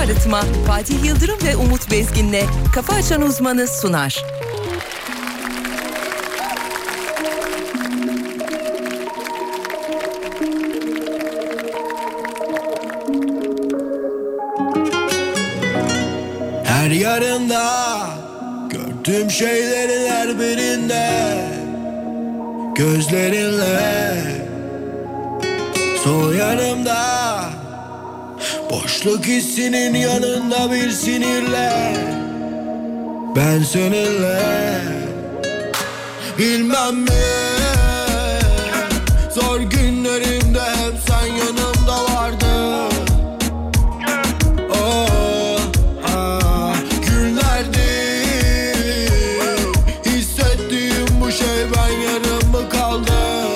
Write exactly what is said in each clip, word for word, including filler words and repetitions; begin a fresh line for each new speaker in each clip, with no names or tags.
Arıtma Fatih Yıldırım ve Umut Bezgin'le Kafa Açan Uzmanı sunar.
Her yarında gördüğüm şeylerin her birinde gözlerinle, sol yanımda boşluk hissinin yanında bir sinirle ben seninle. Bilmem mi zor günlerimde hep sen yanımda vardın. Oh, ah, günlerdi hissettiğim bu şey ben yarım mı kaldım?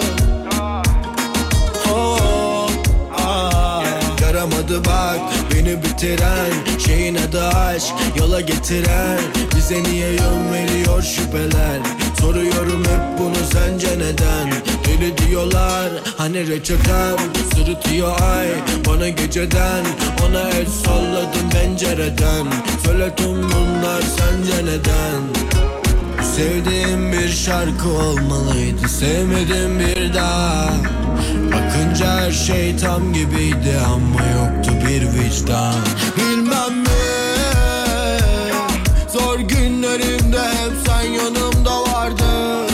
Oh, ah, yaramadı bak beni bitiren şeyin adı aşk, yola getiren bize niye yön veriyor şüpheler. Soruyorum hep bunu sence neden? Deli diyorlar hani reçetem, sırıtıyor ay bana geceden. Ona el salladım pencereden. Söyle tüm bunlar sence neden? Sevdiğim bir şarkı olmalıydı, sevmedim bir daha. Bakınca her şey tam gibiydi ama yoktu bir vicdan. Bilmem mi zor günlerimde hep sen yanımda vardın.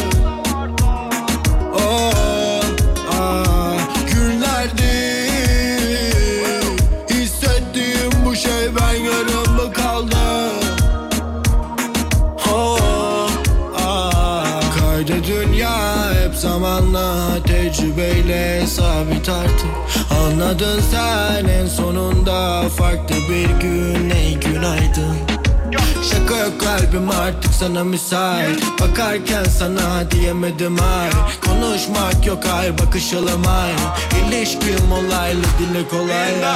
Oh, ah, günlerdi hissettiğim bu şey ben yarım mı kaldım? Oh, ah, kaydı dünya hep zamanla tecrübeyle sabit artık. Anladın sen en sonunda farklı bir gün, ey günaydın. Şaka yok kalbim artık sana müsait. Bakarken sana diyemedim ay. Konuşmak yok ay, bakışalım ay. İlişkim olaylı, dile kolay ya.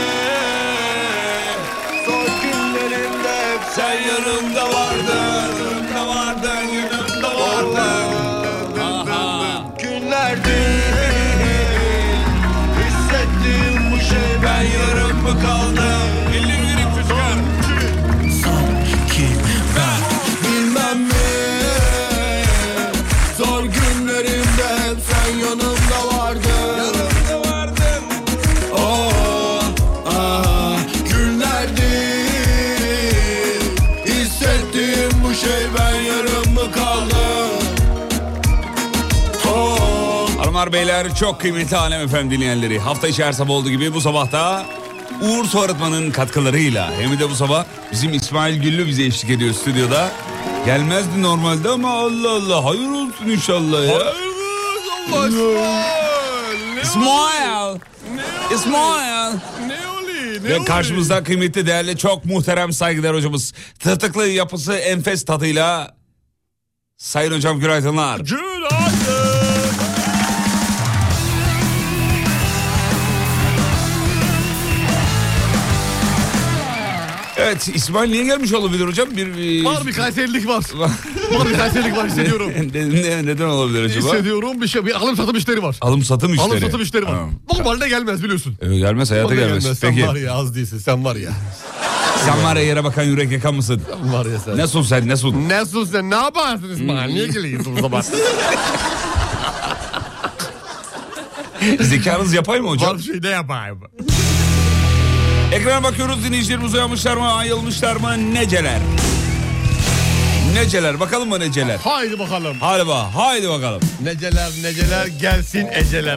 Zor günlerimde hep sen yanımda vardın. Yanımda vardın, yanımda vardın. Günlerdir hissettiğim bu şey ben yarım mı kaldım? Zor günlerimde hep sen yanımda vardın. Yanımda vardın. Oh, ah, günlerdi hissettiğim bu şey ben yarım mı kaldım? Oh.
Hanımlar beyler, çok kıymetli Alem Efem dinleyenleri, hafta içi her sabah olduğu gibi bu sabah da Uğur Su Arıtma'nın katkılarıyla hem de bu sabah bizim İsmail Güllü bize eşlik ediyor stüdyoda. Gelmezdi normalde ama Allah Allah, hayır olsun inşallah ya.
Hayırdır Allah
İsmail. İsmail.
Ne oluyor?
Ve karşımızda kıymetli, değerli, çok muhterem, saygıdeğer hocamız. Tırtıklı yapısı, enfes tadıyla Sayın Hocam günaydınlar.
Günaydın.
Evet, İsmail niye gelmiş olabilir hocam? Bir, bir...
Var bir Kayserilik var. Var bir Kayserilik var, hissediyorum.
ne, neden olabilir acaba?
Hissediyorum, bir şey, bir alım satım işleri var.
Alım satım işleri.
Alım satım işleri var.
Ha.
Normalde gelmez biliyorsun.
Evet, gelmez, hayata gelmez. gelmez.
Sen
Peki.
var ya, az değilsin, sen var ya.
Sen var ya, yere bakan yürek yakan mısın?
Sen var ya sen.
Nasıl sen, nasıl?
Nasıl sen, ne yaparsın İsmail? Niye geliyorsun o zaman?
Zekanız yapay mı hocam?
Var bir şey, ne yapayım?
Ekrana bakıyoruz, dinleyicilerimiz uyanmışlar mı, ayılmışlar mı, neceler? Neceler, bakalım mı neceler?
Haydi bakalım.
Haydi bak, haydi bakalım.
Neceler, neceler, gelsin eceler.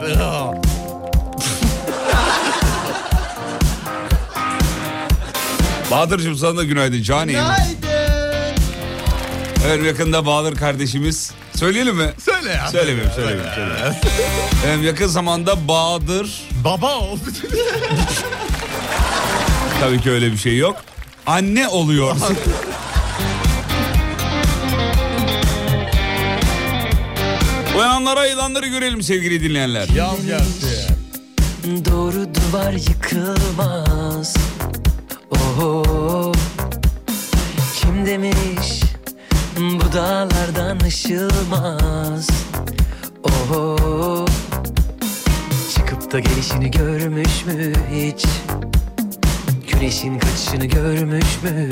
Bahadır'cığım sana da günaydın canım.
Günaydın.
Evet, yakında Bahadır kardeşimiz. Söyleyelim mi?
Söyle ya.
Söylemeyeyim, söylemeyeyim. söylemeyeyim. Evet, yakın zamanda Bahadır...
Baba oldu.
Tabii ki öyle bir şey yok. Anne oluyor. Uyananlara, yılanları görelim sevgili dinleyenler.
Yaz geldi.
Doğru duvar yıkılmaz. Oho. Kim demiş bu dağlardan ışılmaz. Oho. Çıkıp da gelişini görmüş mü hiç? Güneşin kaçışını görmüş mü?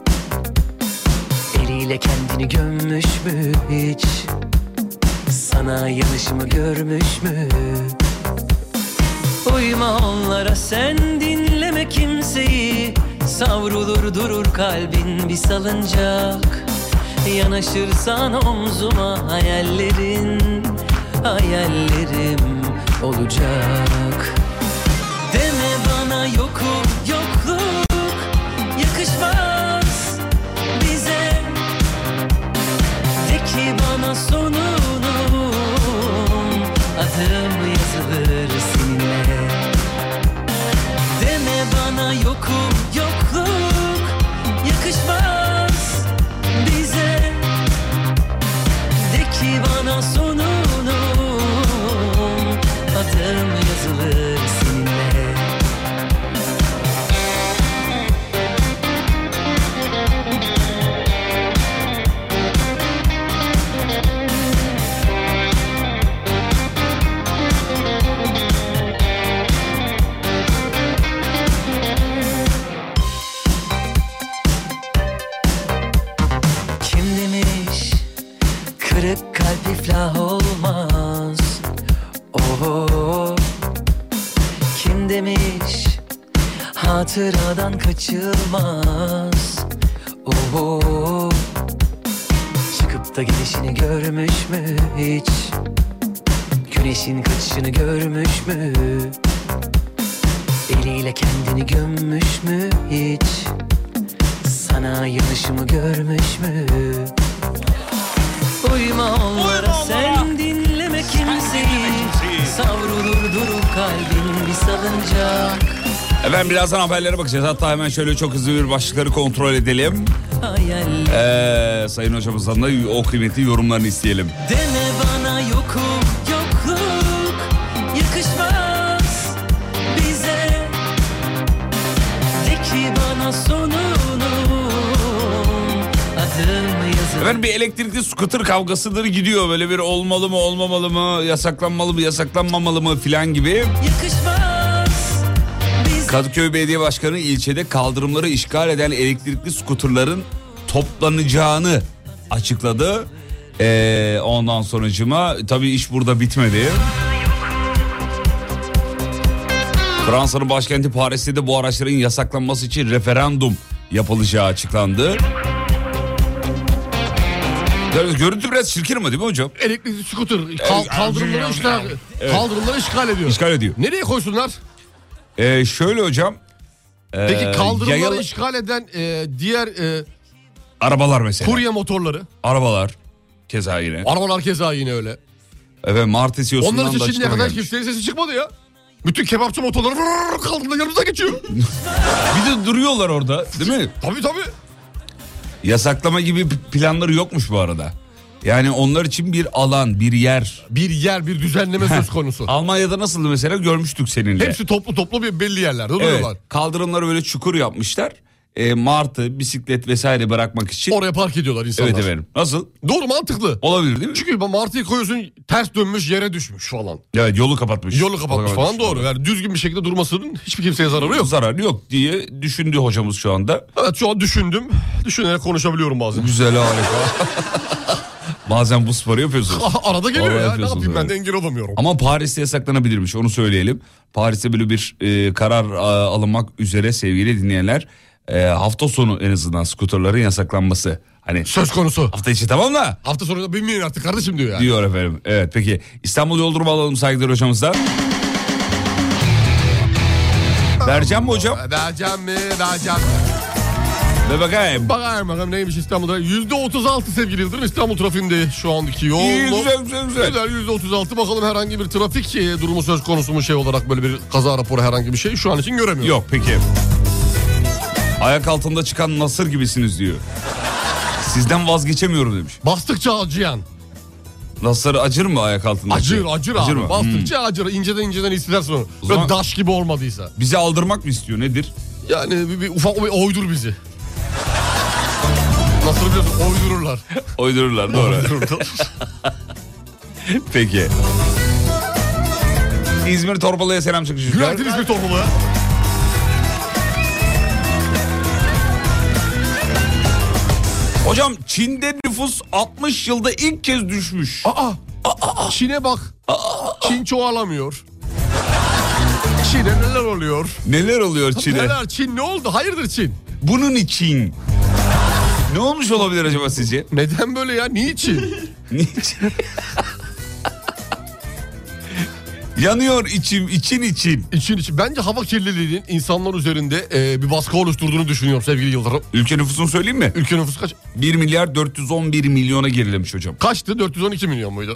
Eliyle kendini gömmüş mü hiç? Sana yanışımı görmüş mü? Uyma onlara, sen dinleme kimseyi. Savrulur durur kalbin bir salıncak. Yanaşırsan omzuma hayallerin, hayallerim olacak. Deme bana yokum, yokluk yakışmaz bize. De ki bana sonunum, adım yazılır seninle. Deme bana yokum, yokluk yakışmaz bize. De ki bana sonunum, adım yazılır seninle. Kim demiş kırık kalp iflah olmaz? Oho. Kim demiş hatıradan kaçılmaz? Oho. Çıkıp da gidişini görmüş mü hiç? Güneşin kaçışını görmüş mü? Eliyle kendini gömmüş mü hiç? Sana yanışımı görmüş mü? Uyma onlara, sen dinleme kimseyi. Savrulur durur kalbin bir salıncak.
Efendim birazdan haberlere bakacağız. Hatta hemen şöyle çok hızlı bir başlıkları kontrol edelim. Ee, sayın hocamızdan da o kıymetli yorumlarını isteyelim.
Deme bana yokum, yokluk yakışmaz bize. De ki bana sonunum, adım yazılır.
Efendim bir elektrikli scooter kavgasıdır gidiyor. Böyle bir olmalı mı olmamalı mı, yasaklanmalı mı yasaklanmamalı mı filan gibi.
Yakışmaz bize.
Kadıköy Belediye Başkanı ilçede kaldırımları işgal eden elektrikli skuterların toplanacağını açıkladı. Ee, ondan sonucuma tabii iş burada bitmedi. Fransa'nın başkenti Paris'te de bu araçların yasaklanması için referandum yapılacağı açıklandı. Görüntü biraz çirkin ama değil mi hocam?
Elektrikli scooter kal- kaldırımları işgal,
Evet.
kaldırımları işgal ediyor.
İşgal ediyor.
Nereye koysunlar?
Ee, şöyle hocam. E,
Peki kaldırımları
yayalı-
işgal eden e, diğer e,
Arabalar mesela.
kurye motorları.
Arabalar. Keza yine.
Arabalar keza yine öyle.
Evet Martı C E O'sundan
Onların
da
için şimdiye
açıklama
kadar
gelmiş.
kimsenin sesi çıkmadı ya. Bütün kebapçı motorları vırrrr kaldırımda yanımıza geçiyor.
Bir de duruyorlar orada değil mi?
Tabii tabii.
Yasaklama gibi planları yokmuş bu arada. Yani onlar için bir alan, bir yer.
Bir yer, bir düzenleme söz konusu.
Almanya'da nasıldı mesela görmüştük seninle.
Hepsi toplu toplu bir belli yerlerde duruyorlar.
Evet, kaldırımları böyle çukur yapmışlar. E, martı, bisiklet vesaire bırakmak için.
Oraya park ediyorlar insanlar.
Evet efendim. Nasıl?
Doğru, mantıklı.
Olabilir değil mi?
Çünkü martıyı koyuyorsun ters dönmüş yere düşmüş falan.
Evet yolu kapatmış.
Yolu kapatmış falan, doğru. Yani düzgün bir şekilde durmasının hiçbir kimseye zararı yok.
Zarar yok diye düşündü hocamız şu anda.
Evet, şu an düşündüm. Düşünerek konuşabiliyorum bazen.
Güzel, harika. Bazen bu sporu yapıyorsunuz.
Arada geliyor
Vallahi
ya. Ne
yapıyorsunuz,
yapayım, ben
evet.
de engel olamıyorum.
Ama Paris'te yasaklanabilirmiş, onu söyleyelim. Paris'te böyle bir e, karar a, alınmak üzere sevgili dinleyenler. E, hafta sonu en azından skuterların yasaklanması. Hani
Söz konusu.
hafta içi tamam da.
Hafta sonu da binmeyin artık kardeşim diyor yani.
Diyor efendim. Evet peki İstanbul yol durumu alalım saygıdeğer hocamızdan. Vereceğim mi hocam?
Vereceğim mi? Vereceğim mi?
Ve bakayım.
Bakayım bakalım neymiş İstanbul'da. yüzde otuz altı sevgili Yıldırım İstanbul trafiğinde şu andaki yoğunluğu.
İyi, güzel güzel güzel.
Güzel, yüzde otuz altı. Bakalım herhangi bir trafik e, durumu söz konusu mu, şey olarak böyle bir kaza raporu herhangi bir şey şu an için göremiyorum.
Yok peki. Ayak altında çıkan nasır gibisiniz diyor. Sizden vazgeçemiyorum demiş.
Bastıkça acıyan.
Nasır acır mı ayak altında?
Acır acır, abi.
mı?
Bastıkça acır. İnceden inceden hissedersin onu.
O
Böyle
zaman-
daş gibi olmadıysa.
Hmm. Bizi aldırmak mı istiyor nedir?
Yani bir, bir ufak bir oydur bizi. Nasıl biliyorsun, oydururlar.
Uydururlar doğru.
Oydururlar.
Peki. İzmir Torbalı'ya selam çakışıyorlar.
Günaydın İzmir Torbalı.
Hocam Çin'de nüfus altmış yılda ilk kez düşmüş.
Aa, aa, Çin'e bak. Aa, Çin çoğalamıyor. Çin'e neler oluyor?
Neler oluyor Çin'e?
Neler? Çin ne oldu? Hayırdır Çin?
Bunun için ne olmuş olabilir acaba sizce?
Neden böyle ya? Niçin?
Niçin? Yanıyor içim, için için.
İçin için. Bence hava kirliliğinin insanlar üzerinde e, bir baskı oluşturduğunu düşünüyorum sevgili Yıldırım.
Ülke nüfusunu söyleyeyim mi?
Ülke nüfusu kaç?
bir milyar dört yüz on bir milyona gerilemiş hocam.
Kaçtı? dört yüz on iki milyon muydu?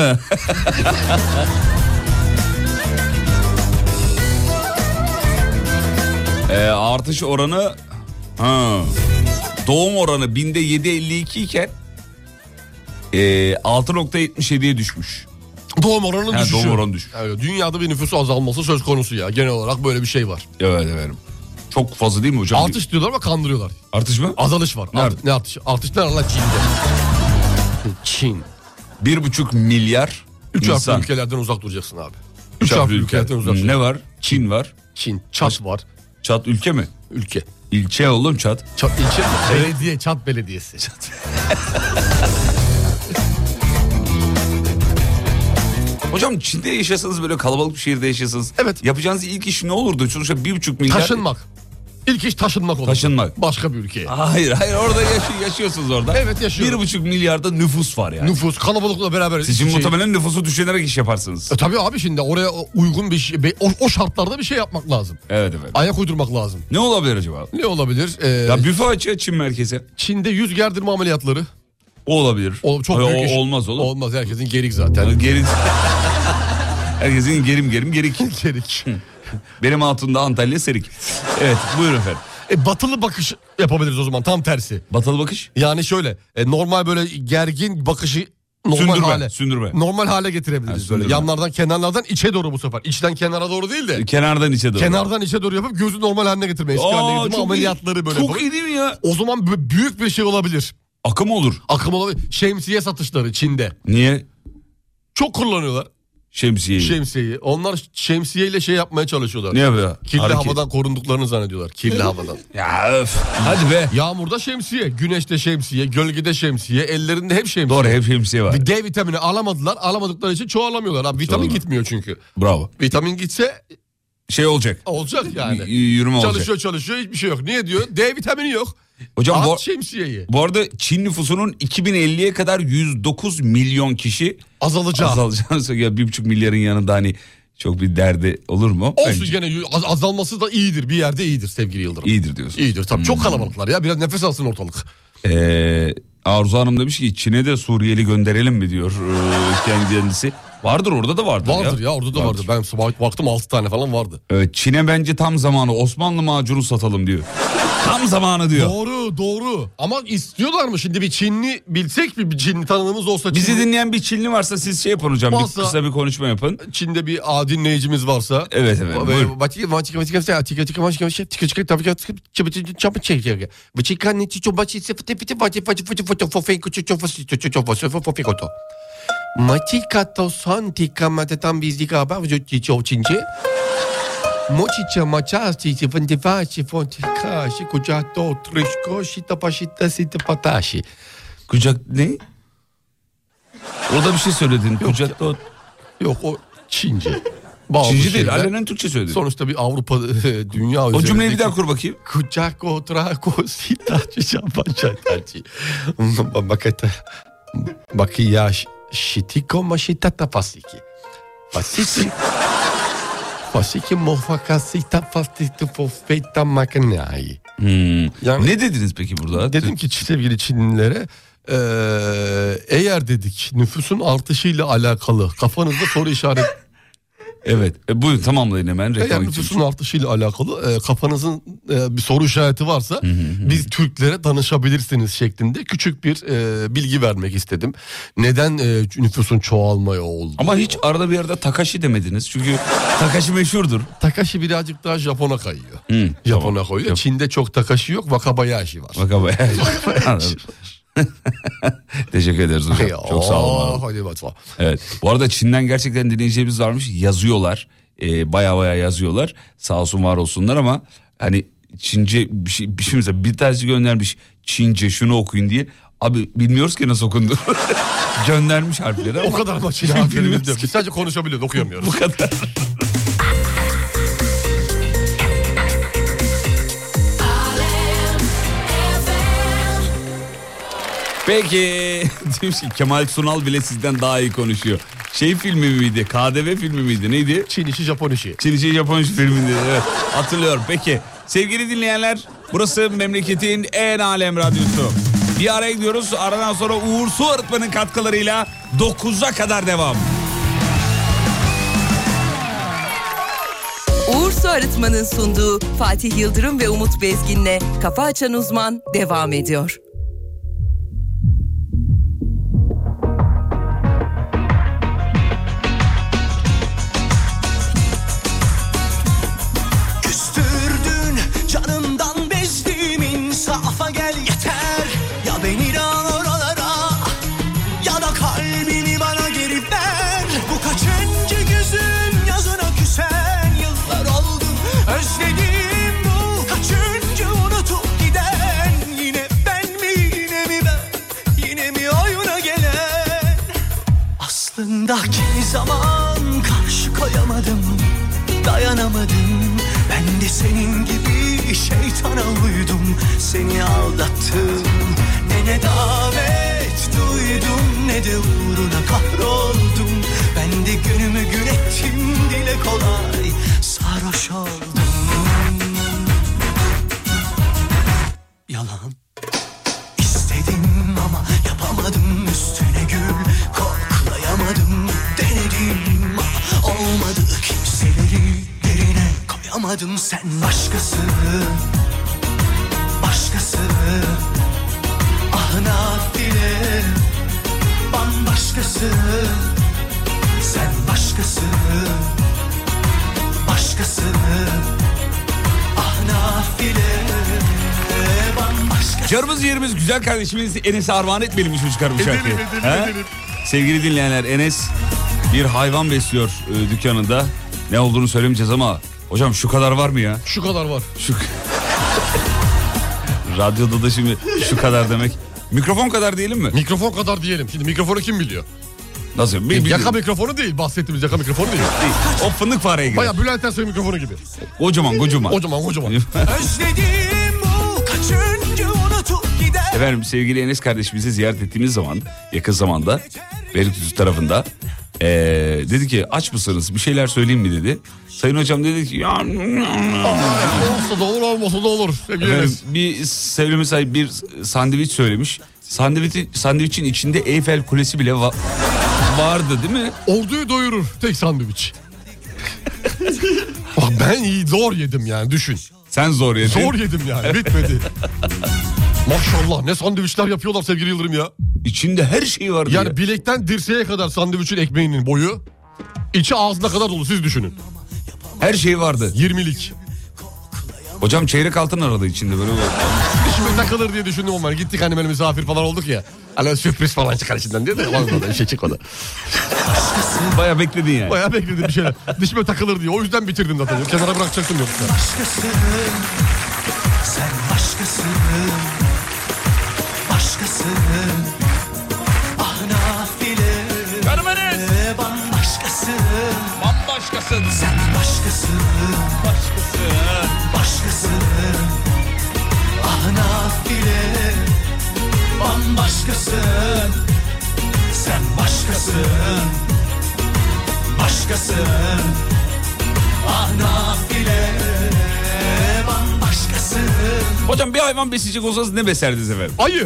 e, artış oranı ha, doğum oranı binde yedi virgül elli iki iken e, altı virgül yetmiş yediye düşmüş.
Doğum oranı
Ha,
düşüşü.
doğum oranı düşmüş.
Evet, dünyada bir nüfusu azalması söz konusu ya. Genel olarak böyle bir şey var.
Evet efendim. Çok fazla değil mi hocam?
Artış diyorlar ama kandırıyorlar.
Artış mı?
Azalış var.
Nerede?
Art, ne artış? Artış nerede lan Çin'de? Çin.
Bir buçuk milyar
Üç
insan.
harfli ülkelerden uzak duracaksın abi.
Üç
Üç harfli
harfli
ülkelerden uzak duracaksın.
Ne var? Çin var.
Çin. Çat var.
Çat ülke mi?
Ülke.
İlçe oğlum Çat.
Çat ilçe. Belediye. Çat belediyesi. Çat.
Hocam Çin'de yaşasanız, böyle kalabalık bir şehirde yaşasanız.
Evet.
Yapacağınız ilk iş ne olurdu? Sonuçta bir buçuk milyar.
Taşınmak. İlk iş taşınmak olur.
Taşınmak.
Başka bir ülkeye.
Hayır hayır, orada yaşıyor, yaşıyorsunuz orada.
Evet, yaşıyorum.
Bir buçuk milyarda nüfus var yani.
Nüfus kalabalıkla beraber.
Siz şimdi
şey-
muhtemelen nüfusu düşünerek iş yaparsınız.
E, tabii abi, şimdi oraya uygun bir şey, be- o, o şartlarda bir şey yapmak lazım.
Evet evet.
Ayak uydurmak lazım.
Ne olabilir acaba?
Ne olabilir? Ee,
Ya büfe açıyor Çin merkeze.
Çin'de yüz gerdirme ameliyatları.
O olabilir.
O çok
Hayır,
büyük
o,
iş.
olmaz oğlum.
Olmaz, herkesin gerik zaten.
Geri... Herkesin gerim gerim gerik.
Gerik.
Benim altında Antalya Serik. Evet buyurun efendim.
E, batılı bakış yapabiliriz o zaman, tam tersi.
Batılı bakış.
Yani şöyle e, normal böyle gergin bakışı normal
Sündürme,
hale.
sündürme.
Normal hale getirebiliriz
Ha,
böyle.
sündürme.
Yanlardan, kenarlardan içe doğru bu sefer. İçten kenara doğru değil de.
Kenardan içe doğru.
Kenardan içe doğru yapıp gözü normal haline getirmeyi. Eski haline
Aa,
getirme,
çok
ameliyatları
iyi.
böyle
Çok
yapalım.
iyi değil mi ya?
O zaman b- büyük bir şey olabilir.
Akım olur.
Akım olabilir. Şemsiye satışları Çin'de.
Niye?
Çok kullanıyorlar
Şemsiyeyi.
şemsiyeyi. Onlar şemsiyeyle şey yapmaya çalışıyorlar.
Ne yapıyor?
Kirli
Hareket.
havadan korunduklarını zannediyorlar. Kirli havadan.
Ya öf. Hadi be.
Yağmurda şemsiye, güneşte şemsiye, gölgede şemsiye, ellerinde hep şemsiye.
Doğru, hep şemsiye var.
Bir D vitamini alamadılar. Alamadıkları için çoğalamıyorlar. Abi, vitamin
Çoğalamıyor.
gitmiyor çünkü.
Bravo.
Vitamin gitse
Şey olacak.
olacak yani.
Y- yürüme olacak.
Çalışıyor çalışıyor, hiçbir şey yok. Niye diyor? D vitamini yok.
Hocam
At
bu,
şemsiyeyi.
bu arada Çin nüfusunun iki bin elliye kadar yüz dokuz milyon kişi
Azalacak.
azalacağını söylüyor. Bir buçuk milyarın yanında hani çok bir derdi olur mu?
Olsun,
Bence.
gene az- azalması da iyidir. Bir yerde iyidir sevgili Yıldırım.
İyidir diyorsun.
İyidir tabii. Çok
Hmm.
kalabalıklar ya. Biraz nefes alsın ortalık.
Ee, Arzu Hanım demiş ki Çin'e de Suriyeli gönderelim mi diyor ee, kendisi. Vardır, orada da vardır,
Vardır ya,
ya.
orada da vardır. Ben sabah baktım altı tane falan vardı.
Evet, Çin'e bence tam zamanı Osmanlı macunu satalım diyor. Tam zamanı diyor.
Doğru doğru. Ama istiyorlar mı şimdi, bir Çinli bilsek mi, bir Çinli tanıdığımız olsa.
Bizi
Çinli,
dinleyen bir Çinli varsa siz şey yapın hocam.
Varsa-
Bir kısa bir konuşma yapın.
Çin'de bir a dinleyicimiz varsa.
Evet evet. Buyurun.
Матика сантика мататам биздика бавжути човчинче. Мочича мачасти фантифачи фонтикаши кучато тришко шита пашита сита паташи.
Kucak ne? Orada bir şey söyledin. Kucakta o...
Yok, o Çince. Bazı
Çinci değil.
şeyler-
Alenen Türkçe söyledin.
Sonuçta bir Avrupa dünya
O cümleyi bir daha kur bakayım.
Kucako trako sitaçı şapaçataçı. Bakata. Bakıya şitiko maşitata fasiki. Fasiki. Fasiki mofakasita fasiti fofeta makinayı.
Hmm.
Yani-
Ne dediniz peki burada?
Dedim ki sevgili Çinlilere, eee, eğer dedik nüfusun artışıyla alakalı kafanızda soru işareti.
Evet. E, buyurun tamamlayın hemen.
Eğer
Reklam
nüfusun
için.
artışıyla alakalı e, kafanızın e, bir soru işareti varsa biz Türklere danışabilirsiniz şeklinde küçük bir e, bilgi vermek istedim. Neden e, nüfusun çoğalmaya oldu?
Ama hiç arada bir yerde Takashi demediniz. Çünkü Takashi meşhurdur.
Takashi birazcık daha Japon'a kayıyor.
Hı,
Japon'a
tamam.
kayıyor.
Yap-
Çin'de çok Takashi yok, Wakabayashi var.
Wakabayashi. Anladım. Teşekkür ederiz hocam. Çok sağ olun.
Aa, hadi bakalım.
Evet. Bu arada Çin'den gerçekten dinleyicilerimiz varmış. Yazıyorlar. Ee, baya baya yazıyorlar. Sağ olsun var olsunlar ama hani Çince bir şey, bir şey mesela bir tanesi göndermiş Çince şunu okuyun diye. Abi bilmiyoruz ki nasıl okundu. Göndermiş harfleri ama.
O kadar ama Çin harflerimiz yok. Biz sadece konuşabiliyoruz, okuyamıyoruz.
Bu kadar. Peki demiş ki Kemal Sunal bile sizden daha iyi konuşuyor. Şey filmi miydi? K D V filmi miydi? Neydi?
Çin işi, Japon işi.
Çin işi, Japon işi filminde. Evet, hatırlıyorum. Peki sevgili dinleyenler, burası memleketin en alem radyosu. Bir araya gidiyoruz. Aradan sonra Uğur Su Arıtma'nın katkılarıyla dokuza kadar devam.
Uğur Su Arıtma'nın sunduğu Fatih Yıldırım ve Umut Bezgin'le Kafa Açan Uzman devam ediyor.
Safa gel yeter. Ya beni dağın oralara ya da kalbini bana geri ver. Bu kaçıncı gözüm yazına küsen yıllar oldu. Özledim bu kaçıncı unutup giden. Yine ben mi yine mi ben yine mi oyuna gelen. Aslında kimi zaman karşı koyamadım, dayanamadım. Ben de senin gibi şeytana uydum, seni aldattım. Ne ne davet duydum ne de uğruna kahroldum. Ben de günümü gün ettim, dile kolay sarhoş oldum. Yalan istedim ama yapamadım, üstüne gül koklayamadım. Denedim ama olmadı, kimseleri yerine koyamadım. Sen başkası, başkası, ah nafile, bambaşkası. Sen başkası, başkası, ah nafile, bambaşkası.
Canımız yerimiz güzel kardeşimiz Enes'e armağan etmeyelim mi çıkarım şarkıyı? Sevgili dinleyenler, Enes bir hayvan besliyor e, dükkanında. Ne olduğunu söylemeyeceğiz ama hocam şu kadar var mı ya?
Şu kadar var.
Şu radyoda da şimdi şu kadar demek. Mikrofon kadar diyelim mi?
Mikrofon kadar diyelim. Şimdi mikrofonu kim biliyor?
Nasıl? Bil,
yaka mikrofonu değil. Bahsettiğimiz yaka mikrofonu değil.
değil. O fındık fareye gibi.
Baya Bülent Ersoy mikrofonu gibi.
Kocaman kocaman.
Kocaman kocaman.
Özledim bu kaçıncı unutup gider.
Efendim sevgili Enes kardeşimizi ziyaret ettiğimiz zaman yakın zamanda Beylikdüzü tarafında ee, dedi ki aç mısınız bir şeyler söyleyeyim mi dedi. Sayın hocam dedi ki ya
olsa da olur olmasa da olur.
Efendim, bir sevgilime sahip bir sandviç söylemiş. Sandviçin, sandviçin içinde Eyfel Kulesi bile va- vardı değil mi?
Orduyu doyurur tek sandviç. Bak ben iyi zor yedim yani, düşün.
Sen zor yedin.
Zor yedim yani, bitmedi. Maşallah ne sandviçler yapıyorlar sevgili Yıldırım ya.
İçinde her şey vardı
yani
ya.
bilekten dirseğe kadar sandviçin ekmeğinin boyu. İçi ağzına kadar dolu, siz düşünün.
Her şey vardı.
yirmilik.
Hocam çeyrek altın aradı içinde böyle.
Dişime takılır diye düşündüm ama gittik hani böyle misafir falan olduk ya. Hani sürpriz falan çıkar içinden diye de olmadı, bir şey çıkmadı.
Bayağı bekledin yani.
Bayağı bekledim bir şeyler. Dişime takılır diye, o yüzden bitirdim zaten. Kenara bırakacaktım yoksa.
Başkası, sen başkası, başkası, ah nafile, bambaşkası,
Bambaşkasın.
sen başkası,
Başkası.
başkası, ah nafile, bambaşkasın, sen başkasın, başkasın, ah nafile, bambaşkasın.
Hocam bir hayvan besleyecek olsanız ne beslerdiniz efendim?
Ayı.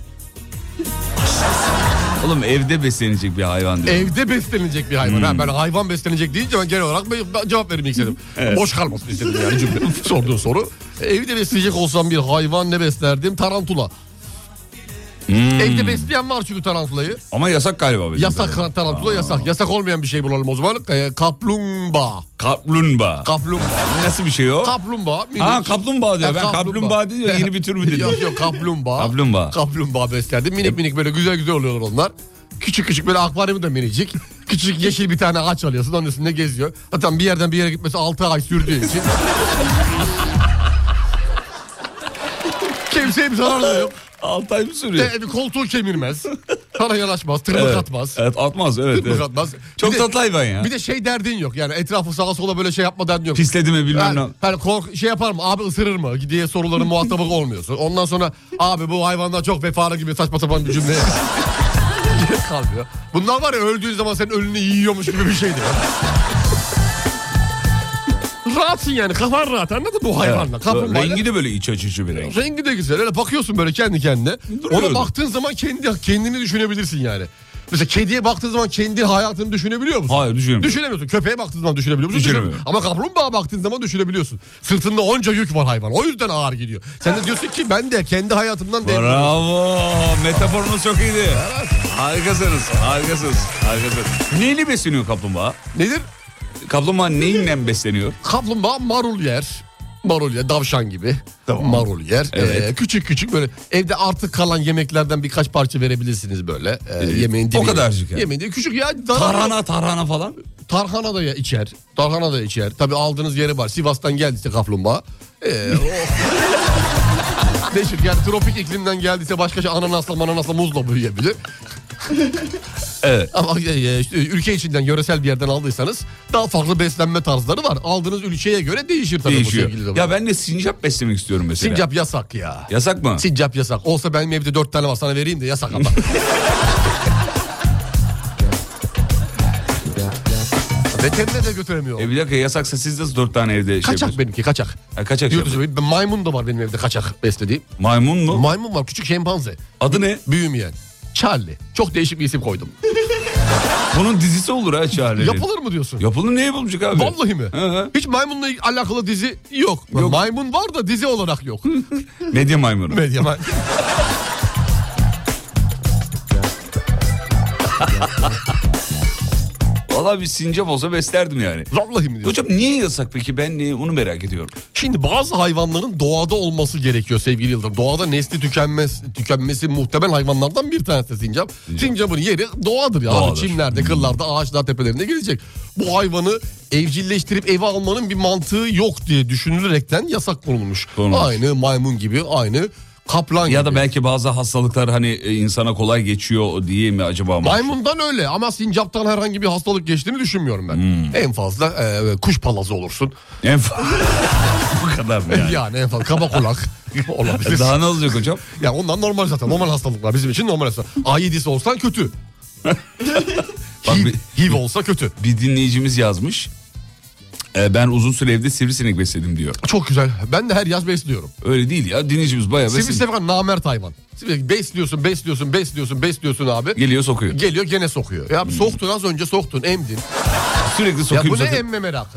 Oğlum evde beslenecek bir hayvan diyor.
Evde beslenecek bir hayvan. Hmm. Ha, ben hayvan beslenecek deyince ben genel olarak ben cevap vermek istedim. Evet. Boş kalmasın istedim yani cümle. Sorduğun soru. Evde besleyecek olsam bir hayvan ne beslerdim? Tarantula. Hmm. Evde besleyen var çünkü tarantulayı.
Ama yasak galiba.
Yasak tarantula, tarantula Aa. yasak. Yasak olmayan bir şey bulalım o zaman. E, kaplumbağa.
Kaplumbağa.
Kaplumbağa.
Nasıl bir şey o?
Kaplumbağa. Minik.
Ha kaplumbağa diyor.
Ya,
ben kaplumbağa, kaplumbağa diyor. Yeni bir tür mü dedim?
Yok yok kaplumbağa.
Kaplumbağa.
Kaplumbağa beslerdim. Minik minik böyle güzel güzel oluyorlar onlar. Küçük küçük böyle akvaryumu da minicik. Küçük yeşil bir tane ağaç alıyorsun, onun üstünde geziyor. Zaten bir yerden bir yere gitmesi altı ay sürdüğü için. Kimseye bir zarar da yok.
altı ay mı sürüyor?
E, bir koltuğu kemirmez. Sana yanaşmaz. Tırmık
Evet.
atmaz.
Evet atmaz evet.
Tırmık
evet.
atmaz.
Çok
Bir de-
tatlı hayvan ya.
Bir de şey derdin yok. Yani etrafı sağa sola böyle şey yapma derdin yok.
Pisledi mi bilmem
Yani,
ne.
hani kork, şey yapar mı? Abi ısırır mı? Diye soruların muhatabı olmuyorsun. Ondan sonra abi bu hayvanlar çok vefalı gibi saçma sapan bir cümle kalmıyor. Bunlar var ya öldüğün zaman senin ölünü yiyormuş gibi bir şeydi. Rahatsın yani, kafan rahat, anladın mı bu hayvanla?
Evet.
Kaplumbağayla-
Rengi de böyle iç açıcı bir renk.
Rengi de güzel. Öyle bakıyorsun böyle kendi kendine.
Duruyordu.
Ona baktığın zaman kendi kendini düşünebilirsin yani. Mesela kediye baktığın zaman kendi hayatını düşünebiliyor musun?
Hayır, düşünemiyorum.
Düşünemiyorsun. Köpeğe baktığın zaman düşünebiliyor musun?
Düşünemiyorum.
Düşünemiyorum. Ama kaplumbağaya baktığın zaman düşünebiliyorsun. Sırtında onca yük var hayvan. O yüzden ağır gidiyor. Sen de diyorsun ki ben de kendi hayatımdan dem vuruyorum.
Bravo. Metaforunuz çok iyiydi. Harikasınız. Harikasınız. Harikasınız. Neyle besleniyor kaplumbağa?
Nedir?
Kaplumbağa neyle besleniyor?
Kaplumbağa marul yer. Marul yer, davşan gibi.
Tamam.
Marul yer.
Evet.
Ee, küçük küçük böyle evde artık kalan yemeklerden birkaç parça verebilirsiniz böyle. Ee, yemeğin dibi.
o kadarcık yani.
Yemeğin dibi küçük ya.
Tarhana tarhana falan.
Tarhana da ya içer. Tarhana da içer. Tabii aldığınız yeri var. Sivas'tan geldiyse kaplumbağa. Ee, o... Değişir yani, tropik iklimden geldiyse başka şey, ananasla mananasla muzla büyüyebilir.
Evet.
Ama e, işte ülke içinden, yöresel bir yerden aldıysanız daha farklı beslenme tarzları var. Aldığınız ülkeye göre değişir tabii
Değişiyor.
bu sevgili de.
Ya ben de sincap beslemek istiyorum mesela.
Sincap yasak ya.
Yasak mı?
Sincap yasak. Olsa benim evde dört tane var, sana vereyim de yasak ama. Veterinere de götüremiyor.
E bir dakika, yasaksa siz de dört tane evde şey
Kaçak
yapıyorsunuz.
benimki, kaçak.
Ha, kaçak şey
Yurt dışı,
yapıyorsun.
maymun da var benim evde kaçak beslediğim.
Maymun mu?
Maymun var, küçük şempanze.
Adı ne?
Büyümeyen. Charlie. Çok değişik bir isim koydum.
Bunun dizisi olur ha Charlie'nin.
Yapılır mı diyorsun?
Yapılır, ne yapılacak abi?
Vallahi mi?
Hı hı.
Hiç maymunla alakalı dizi yok.
Yok.
Maymun var da dizi olarak yok.
Medya maymunu.
Medya may-
Valla bir sincap olsa beslerdim yani.
Vallahi mi diyorsun?
Hocam niye yasak peki, ben niye, onu merak ediyorum.
Şimdi bazı hayvanların doğada olması gerekiyor sevgili Yıldırım. Doğada nesli tükenmez, tükenmesi muhtemel hayvanlardan bir tanesi sincap. Sincapın yeri doğadır ya.
Doğadır.
Çimlerde, kırlarda, ağaçlar tepelerinde gelecek. Bu hayvanı evcilleştirip eve almanın bir mantığı yok diye düşünülerekten yasak konulmuş.
Konulmuş.
Aynı maymun gibi, aynı kaplan
Ya
gibi.
da belki bazı hastalıklar hani e, insana kolay geçiyor diye mi acaba?
Maymundan öyle ama sincaptan herhangi bir hastalık geçtiğini düşünmüyorum ben.
Hmm.
En fazla e, kuş palazı olursun.
En fa- Bu kadar mı yani?
Yani en fazla kaba kulak olabilir.
Daha ne olacak hocam?
Ya onlar normal zaten. Normal hastalıklar bizim için normal hastalık. A yedisi olsan kötü.
Bak
H I V,
bir-
H I V olsa kötü.
Bir dinleyicimiz yazmış. E, ben uzun süre evde sivrisinek besledim diyor.
Çok güzel. Ben de her yaz besliyorum.
Öyle değil ya, dinleyicimiz bayağı besledi.
Sivrisinek namert hayvan. Sivrisinek besliyorsun, besliyorsun, besliyorsun, besliyorsun abi.
Geliyor sokuyor.
Geliyor gene sokuyor. Ya soktun, az önce soktun, emdin.
Sürekli
Ya
sokuyor.
bu ne
zaten.
emme merakı?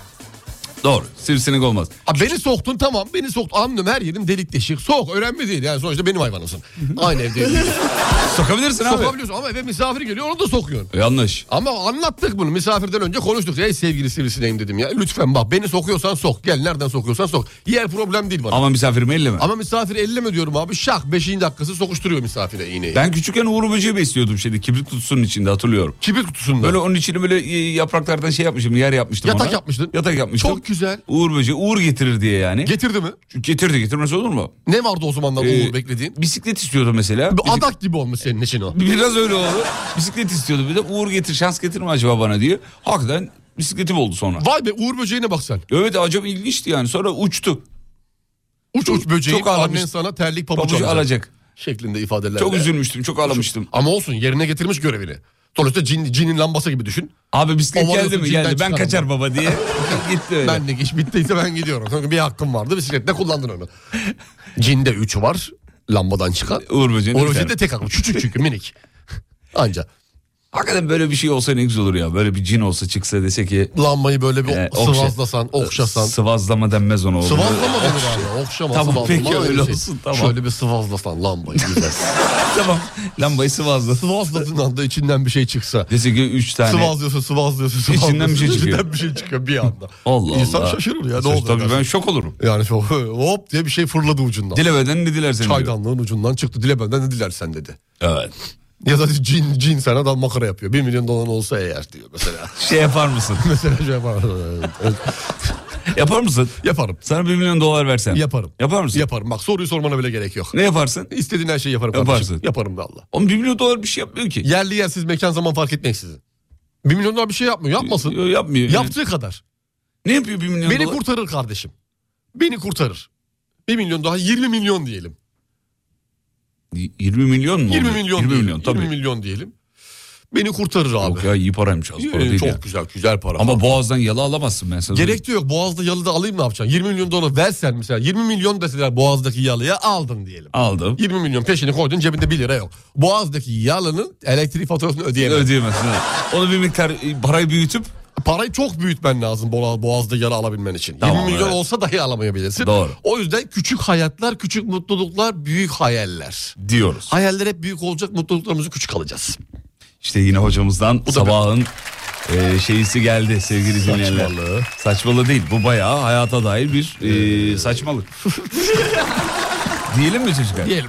Doğru, sivrisinek olmaz.
Abi beni soktun, tamam, beni soktun. Anladım, her yerim delik deşik. Sok, önemli değil. Yani sonuçta benim hayvanımsın. Aynı evde.
Sokabilirsin abi.
Sokabiliyorsun ama eve misafir geliyor, onu da sokuyorsun.
Yanlış.
Ama anlattık bunu, misafirden önce konuştuk. Ey sevgili sivrisineğim dedim ya. Lütfen bak, beni sokuyorsan sok. Gel, nereden sokuyorsan sok. Yer problem değil bana. Ama,
Ama misafirimi elleme.
misafir elleme diyorum abi. Şak beşinci dakikası sokuşturuyor misafire iğneyi.
Ben küçükken uğur böceği besliyordum şeyde, kibrit kutusunun içinde, hatırlıyorum.
Kibrit kutusunda.
Böyle onun içine böyle e, yapraklardan şey yapmıştım, yer yapmıştım
Yatak
ona.
yapmıştın.
Yatak yapmıştım.
Çok güzel.
Uğur böceği, uğur getirir diye yani.
Getirdi mi?
Getirdi, getirmez olur mu?
Ne vardı o zamanlar
Ee,
Uğur beklediğin?
Bisiklet istiyordu mesela.
Bir
Bisik-
adak gibi olmuş senin için o.
Biraz öyle oldu. Bisiklet istiyordu bir de, uğur getir, şans getirme acaba bana diye. Hakikaten bisikletim oldu sonra.
Vay be, Uğur böceğine bak sen.
Evet, acaba ilginçti yani, sonra uçtu.
Uç uç böceği,
çok ağlamış.
annen sana terlik pabuç,
Pabucu
alacak.
alacak.
Şeklinde ifadelerle.
Çok üzülmüştüm, çok ağlamıştım.
Ama olsun, yerine getirmiş görevini. Sonuçta cin, cinin lambası gibi düşün.
Abi bisiklet
Ovalıyorsun,
geldi mi?
cinden
Geldi. Ben
çıkar
kaçar
ama.
baba diye. Gitti öyle.
Benlik iş bittiyse ben gidiyorum. Çünkü bir hakkım vardı, bisikletle kullandın onu. Cinde üç var, lambadan çıkan.
Uğur böceği.
Uğur böceği de tek hakkım. Küçük çünkü, minik. Anca.
Hakikaten böyle bir şey olsa ne güzel olur ya. Böyle bir cin olsa, çıksa dese ki.
Lambayı böyle bir
e, okşa-
sıvazlasan, okşasan.
Sıvazlama denmez ona. Olur.
Sıvazlama denir abi. Okşama,
Tamam,
sıvazlama.
peki,
aynı
öyle
şey.
olsun, tamam.
Şöyle bir sıvazlasan lambayı güzel.
Tamam. Lambayı sıvazla.
Sıvazladığın anda içinden bir şey çıksa.
Dese ki üç tane.
Sıvazlıyorsun, sıvazlıyorsun, sıvazlıyorsun.
İçinden bir şey çıkıyor.
İçinden bir şey çıkıyor bir anda.
Allah
İnsan
Allah.
şaşırır ya, ne
Tabii,
oldu?
Tabii
dersin.
ben şok olurum.
Yani çok hop diye bir şey fırladı ucundan.
Dilemeden ne dilersen diyor.
Çaydanlığın ucundan çıktı. Dile benden ne dilersen dedi.
Evet.
Ya da cin, cin sana da makara yapıyor. Bir milyon dolar olsa eğer diyor mesela.
Şey yapar mısın?
Mesela şey yapar.
Yapar mısın?
Yaparım.
Sana bir milyon dolar versem.
Yaparım.
Yapar mısın?
Yaparım. Bak soruyu sormana bile gerek yok.
Ne yaparsın?
İstediğin her şeyi yaparım kardeşim.
Yaparsın.
Yaparım da Allah.
Oğlum bir milyon dolar bir şey yapmıyor ki.
Yerli yersiz mekan zaman fark etmeksizin. Bir milyon dolar bir şey yapmıyor. Yapmasın.
Yo, yapmıyor.
Yaptığı kadar.
Ne yapıyor bir milyon
Beni
dolar?
kurtarır kardeşim. Beni kurtarır. Bir milyon daha yirmi milyon diyelim.
yirmi milyon mu?
yirmi
oluyor?
milyon
yirmi
diyelim.
milyon tabii.
yirmi milyon diyelim. Beni kurtarır abi.
Yok ya iyi paraymış az para
Ee,
değil
çok
ya.
güzel güzel para.
Ama boğazdan yalı alamazsın ben sana.
Gerek de yok. Boğaz'da yalı da alayım ne yapacaksın? yirmi milyon dolar versen mesela. yirmi milyon deseler Boğaz'daki yalıya aldın diyelim.
Aldım.
yirmi milyon peşini koydun, cebinde bir lira yok. Boğaz'daki yalının elektrik faturasını ödeyemezsin.
Ödeyemezsin. Evet. Onu bir miktar e, parayı büyütüp. Parayı
çok büyütmen lazım Boğaz'da yalı alabilmen için.
Tamam,
yirmi milyon
evet.
olsa dahi alamayabilirsin.
Doğru.
O yüzden küçük hayatlar, küçük mutluluklar, büyük hayaller
Diyoruz.
Hayaller hep büyük olacak, mutluluklarımızı küçük alacağız.
İşte yine hocamızdan
Bu
sabahın e, şeyisi geldi sevgili dinleyenler.
Saçmalığı.
Saçmalığı değil, bu bayağı hayata dair bir e, saçmalık. Diyelim mi çocuklar?
Diyelim.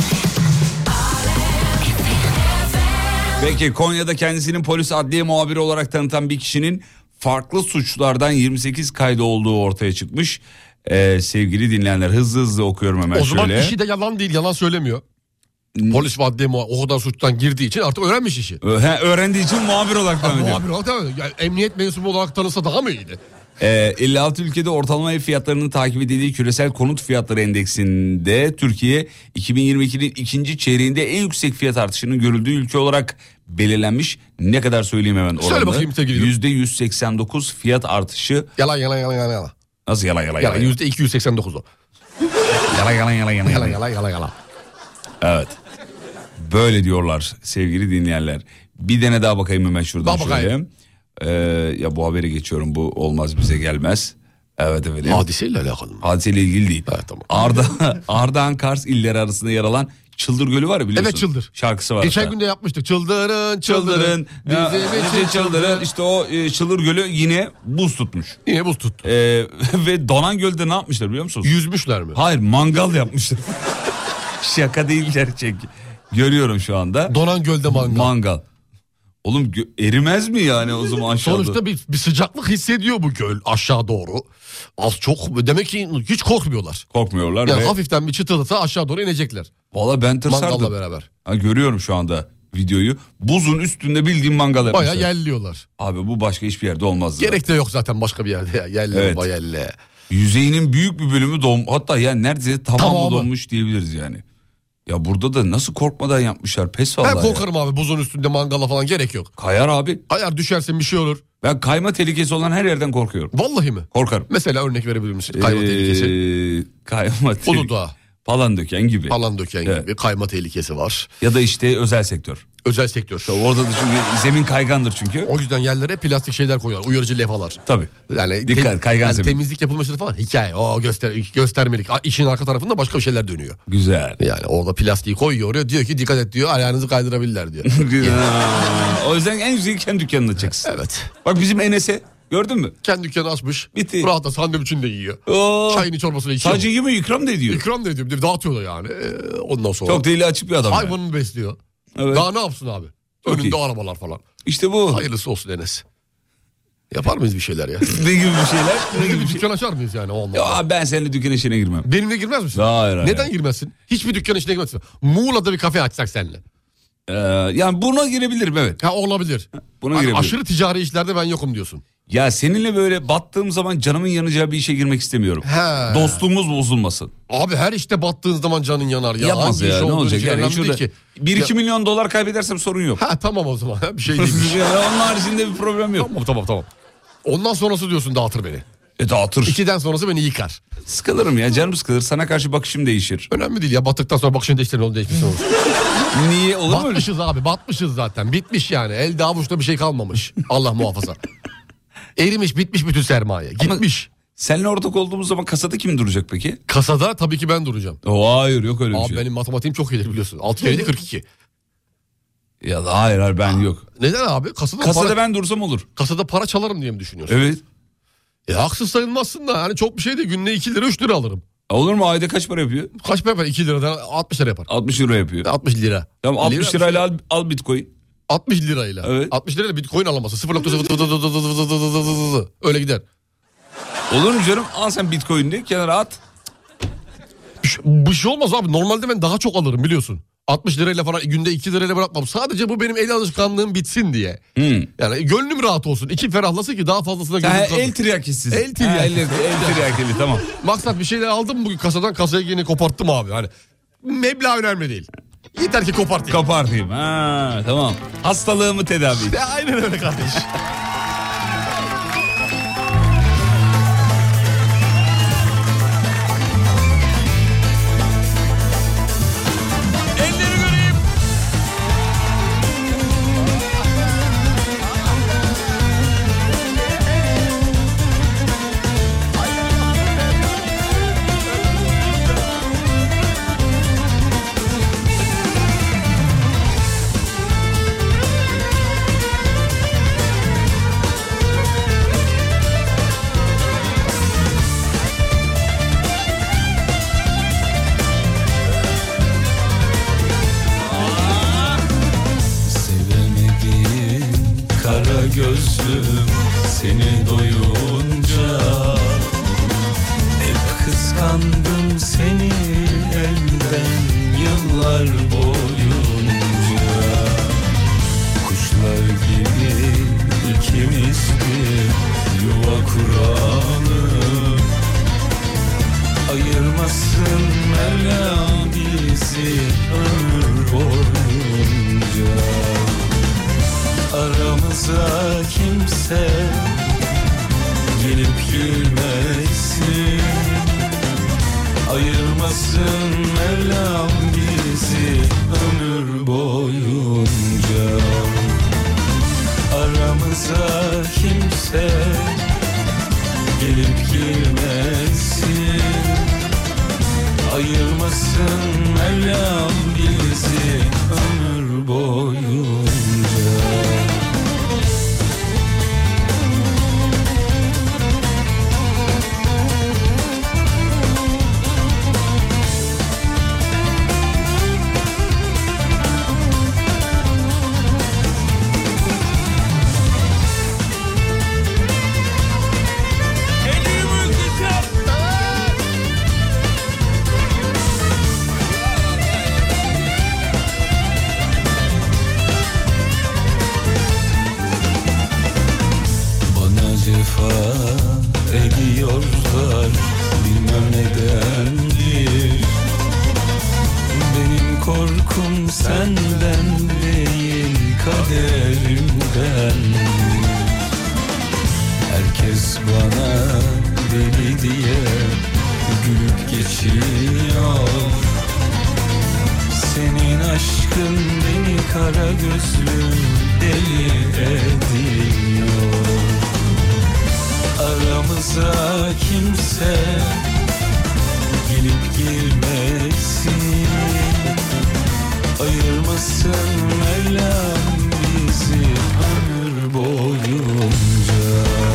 Peki Konya'da kendisinin polis adliye muhabiri olarak tanıtan bir kişinin farklı suçlardan yirmi sekiz kaydı olduğu ortaya çıkmış. Ee, sevgili dinleyenler hızlı hızlı okuyorum hemen
O zaman
şöyle.
işi de yalan değil, yalan söylemiyor. Polis ve adliye muhabiri o kadar suçtan girdiği için artık öğrenmiş işi.
He, öğrendiği için muhabir olarak tanınıyor.
Muhabir olarak tanınıyor. Yani emniyet mensubu olarak tanınsa daha mı iyiydi?
Ee, elli altı ülkede ortalama ev fiyatlarının takip edildiği küresel konut fiyatları endeksinde Türkiye iki bin yirmi ikinin ikinci çeyreğinde en yüksek fiyat artışının görüldüğü ülke olarak belirlenmiş. Ne kadar söyleyeyim hemen oranı.
Söyle bakayım sevgili.
yüzde yüz seksen dokuz fiyat artışı.
Yalan yalan yalan yalan yalan.
Nasıl yalan yalan
Yalan
yalan?
yüzde iki yüz seksen dokuz o.
Yalan yalan yalan yalan.
Yalan yalan yalan yalan.
Evet. Böyle diyorlar sevgili dinleyenler. Bir dene daha bakayım hemen şuradan
Bak
şöyle.
bakayım.
Ee, ya bu haberi geçiyorum, bu olmaz bize gelmez. Evet efendim.
Hadiseyle alakalı mı?
Hadiseyle ilgili değil.
Evet, tamam.
Arda, Ardahan Kars illeri arasında yer alan Çıldır Gölü var ya, biliyorsun.
Evet, Çıldır.
Şarkısı var.
Geçen
hatta.
gün de yapmıştık. Çıldırın çıldırın.
Çıldırın. Ya,
Bizim için çıldırın.
İşte o e, Çıldır Gölü yine buz tutmuş.
Yine buz tuttu.
Ee, ve Donan Göl'de ne yapmışlar biliyor musunuz?
Yüzmüşler mi?
Hayır, mangal yapmışlar. Şaka değil, gerçek. Görüyorum şu anda.
Donan Göl'de mangal.
Mangal. Oğlum gö- erimez mi yani o zaman aşağıda?
Sonuçta bir, bir sıcaklık hissediyor bu göl aşağı doğru. Az çok demek ki hiç korkmuyorlar.
Korkmuyorlar
Yani
ve...
hafiften bir çıtılasa aşağı doğru inecekler.
Valla ben tırsardım.
Mangalla beraber.
Ha, görüyorum şu anda videoyu. Buzun üstünde bildiğim mangal yapmışlar.
Bayağı yelliyorlar.
Abi bu başka hiçbir yerde olmaz.
Gerek de yok zaten başka bir yerde ya. Yelle
Evet.
baba yelle.
Yüzeyinin büyük bir bölümü don, hatta yani neredeyse tamamı,
Tamamı.
donmuş diyebiliriz yani. Ya burada da nasıl korkmadan yapmışlar, pes vallahi.
Ben
ya.
korkarım abi, buzun üstünde mangala falan gerek yok.
Kayar abi.
Hayır, düşersin bir şey olur.
Ben kayma tehlikesi olan her yerden korkuyorum.
Vallahi mi?
Korkarım.
Mesela örnek verebilir misin? Kayma
Ee,
tehlikesi.
Kayma tehlikesi.
Uludağ.
Palandöken gibi.
Palandöken
Evet.
gibi kayma tehlikesi var.
Ya da işte özel sektör.
Özel sektör.
Orada da çünkü zemin kaygandır çünkü.
O yüzden yerlere plastik şeyler koyuyorlar. Uyarıcı levhalar.
Tabii.
Yani
Dikkat, kaygan
yani
zemin.
temizlik yapılması falan hikaye. O göster göstermelik. İşin arka tarafında başka bir şeyler dönüyor.
Güzel.
Yani orada plastiği koyuyor oraya, diyor ki dikkat et diyor, ayağınızı kaydırabilirler diyor.
Güzel. O yüzden en güzel kendi dükkanını açacaksın.
Evet.
Bak bizim Enes'e gördün mü?
Kendi dükkanı açmış.
Bitti.
Rahat da sandviçini de yiyor.
Oo.
Çayını çorbasını içiyor.
Sadece yemiyor, ikram da ediyor.
İkram da ediyor. Bir de dağıtıyorlar yani. Ee, ondan sonra.
Çok deli açık bir adam. Yani.
Hayvanını besliyor.
Evet.
Daha ne yapsın abi?
Çok
Önünde
iyi.
arabalar falan.
İşte bu.
Hayırlısı olsun Enes. Yapar mıyız bir şeyler ya?
Ne gibi bir şeyler? Ne gibi
bir
bir şey?
dükkan açar mıyız yani o anlamda?
Ya ben seninle dükkan işine girmem.
Benimle girmez misin?
Hayır, hayır.
Neden girmezsin? Hiçbir dükkan içine girmezsin. Muğla'da bir kafe açsak seninle.
Ee, yani buna girebilirim evet.
Ha, olabilir.
Buna
Hani
girebilirim.
aşırı ticari işlerde ben yokum diyorsun.
Ya seninle böyle battığım zaman canımın yanacağı bir işe girmek istemiyorum.
He.
Dostluğumuz bozulmasın.
Abi her işte battığın zaman canın yanar ya.
Yapmaz
Hangi iş
ya, ne
olduğunu
olacak
hiç
yani
önemli
şurada
değil ki.
bir iki
Ya-
milyon dolar kaybedersem sorun yok.
Ha tamam o zaman, bir şey değilmiş.
Yani onun haricinde bir problem yok.
Tamam tamam tamam. Ondan sonrası diyorsun dağıtır beni.
E dağıtır.
İkiden sonrası beni yıkar.
Sıkılırım ya, canım sıkılır, sana karşı bakışım değişir.
Önemli değil ya, battıktan sonra bakışını değiştirin, onu değişmişsin olur.
Niye olur mu öyle?
Batmışız abi, batmışız zaten. Bitmiş yani, elde avuçta bir şey kalmamış. Allah muhafaza. Erimiş, bitmiş bütün sermaye. Gitmiş.
Seninle ortak olduğumuz zaman kasada kim duracak peki?
Kasada tabii ki ben duracağım.
O hayır, yok öyle bir
Abi
şey.
benim matematiğim çok iyidir biliyorsun. altı kere yedi kırk iki.
Ya da hayır hayır ben yok.
Neden abi? Kasada,
Kasada
para,
ben dursam olur.
kasada para çalarım diye mi düşünüyorsun?
Evet.
E haksız sayılmazsın da yani çok bir şey değil. Günde iki lira üç lira alırım.
Olur mu, ayda kaç para yapıyor?
Kaç para yapar? iki liradan altmış lira yapar.
altmış lira yapıyor.
altmış lira.
Tamam altmış
Lira-
lirayla al, al bitcoin.
altmış lirayla.
Evet.
altmış lirayla bitcoin alamazsın. sıfır nokta sıfır sıfır sıfır sıfır sıfır sıfır sıfır öyle gider.
Olur mu canım? Al sen Bitcoin'ini kenara at.
Bir şey, bir şey olmaz abi. Normalde ben daha çok alırım biliyorsun. altmış lirayla falan günde iki lirayla bırakmam. Sadece bu benim el alışkanlığım bitsin diye. Hmm. Yani gönlüm rahat olsun. İki ferahlasın ki daha fazlasına gönlüm kalsın.
El tiryakisiz.
El tiryakisiz.
El, el tiryakili tamam.
Maksat bir şeyler aldım mı bugün kasadan, kasaya yine koparttım abi. Hani meblağ önemli değil. Yeter ki kopartayım.
Kopartayım. Ha, tamam. Hastalığımı tedavi edeyim.
Aynen öyle kardeş.
Gözlüm seni doyunca hep kıskandım seni elden yıllar boyunca. Kuşlar gibi ikimiz bir yuva kuralım, ayırmasın Mevla bizi ömür boyunca. Aramıza kimse gelip girmesin, ayırmasın Mevlam bizi ömür boyunca. Aramıza kimse gelip girmesin, ayırmasın Mevlam bizi ömür boyunca. Ediyorlar bilmem nedendir. Benim korkum senden değil kaderimden. Herkes bana deli diye gülüp geçiyor. Senin aşkın beni kara gözlüm deli ediyor. Aramıza kimse gelip girmesin, ayırmasın Mevlam bizi ömür boyunca.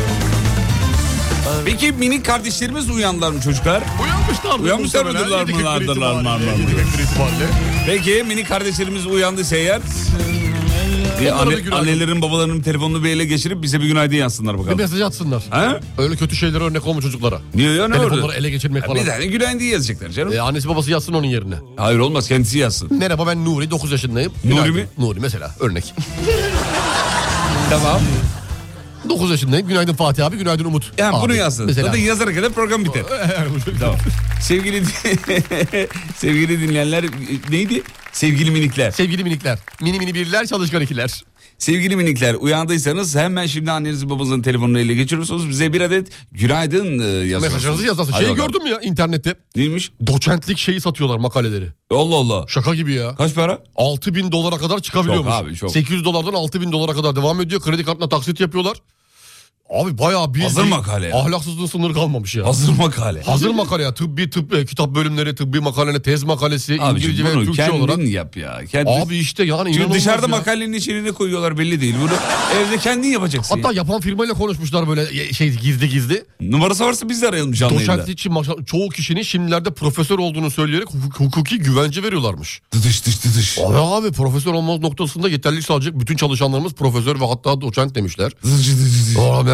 Peki minik kardeşlerimiz uyandılar mı çocuklar?
Uyanmışlar.
Uyanmışlar mıdırlar mılardırlar mı? Peki minik kardeşlerimiz uyandıysa eğer... Bir anne, annelerin babalarının telefonunu bir ele geçirip bize bir günaydın yazsınlar bakalım.
Bir mesaj atsınlar.
Ha?
Öyle kötü şeylere örnek olma çocuklara.
Niye ya, ne
telefonları
orada?
ele geçirmek
Ya
falan.
bir tane günaydın yazacaklar canım.
Ee, annesi babası yazsın onun yerine.
Hayır olmaz, kendisi yazsın.
Merhaba ben Nuri, dokuz yaşındayım.
Nuri
Günaydın.
mi?
Nuri mesela örnek.
Tamam.
dokuz yaşındayım. Günaydın Fatih abi, günaydın Umut.
Yani
abi,
bunu yazsın.
mesela.
Zaten yazarak kadar program biter. Tamam. Sevgili sevgili dinleyenler, neydi? Sevgili minikler.
Sevgili minikler. Mini mini birler, çalışkan ikiler.
Sevgili minikler, uyandıysanız hemen şimdi annenizin babanızın telefonunu ele geçiriyorsunuz. Bize bir adet günaydın yazıyorsunuz.
Mesajınızı yazarsın. Şeyi gördün mü ya internette?
Neymiş?
Doçentlik şeyi satıyorlar, makaleleri.
Allah Allah.
Şaka gibi ya.
Kaç para?
altı bin dolara kadar çıkabiliyormuş.
Çok abi, çok.
sekiz yüz dolardan altı bin dolara kadar devam ediyor. Kredi kartına taksit yapıyorlar. Abi bayağı bir...
Hazır makale.
Ahlaksızlığın sınırı kalmamış ya.
Hazır makale.
Hazır makale ya. Tıbbi tıp, kitap bölümleri, tıbbi makale, tez makalesi,
Abiciğim,
İngilizce ve
bunu
Türkçe
kendin
olarak.
yap ya. Kendin...
Abi işte yani
Çünkü
inanılmaz
dışarıda
ya.
makalenin içine koyuyorlar belli değil. Bunu evde kendin yapacaksın.
Hatta
ya.
yapan firmayla konuşmuşlar böyle şey gizli gizli.
Numarası varsa biz de arayalım canlı yayında.
Doçentlik için maşa- çoğu kişinin şimdilerde profesör olduğunu söyleyerek hukuk- hukuki güvence veriyorlarmış.
Dıdış dış dıdış.
Abi abi profesör olmaz noktasında yeterlilik sağlayacak bütün çalışanlarımız profesör ve hatta doçent demişler.
Dıdış dıdış dıdış.
Aa,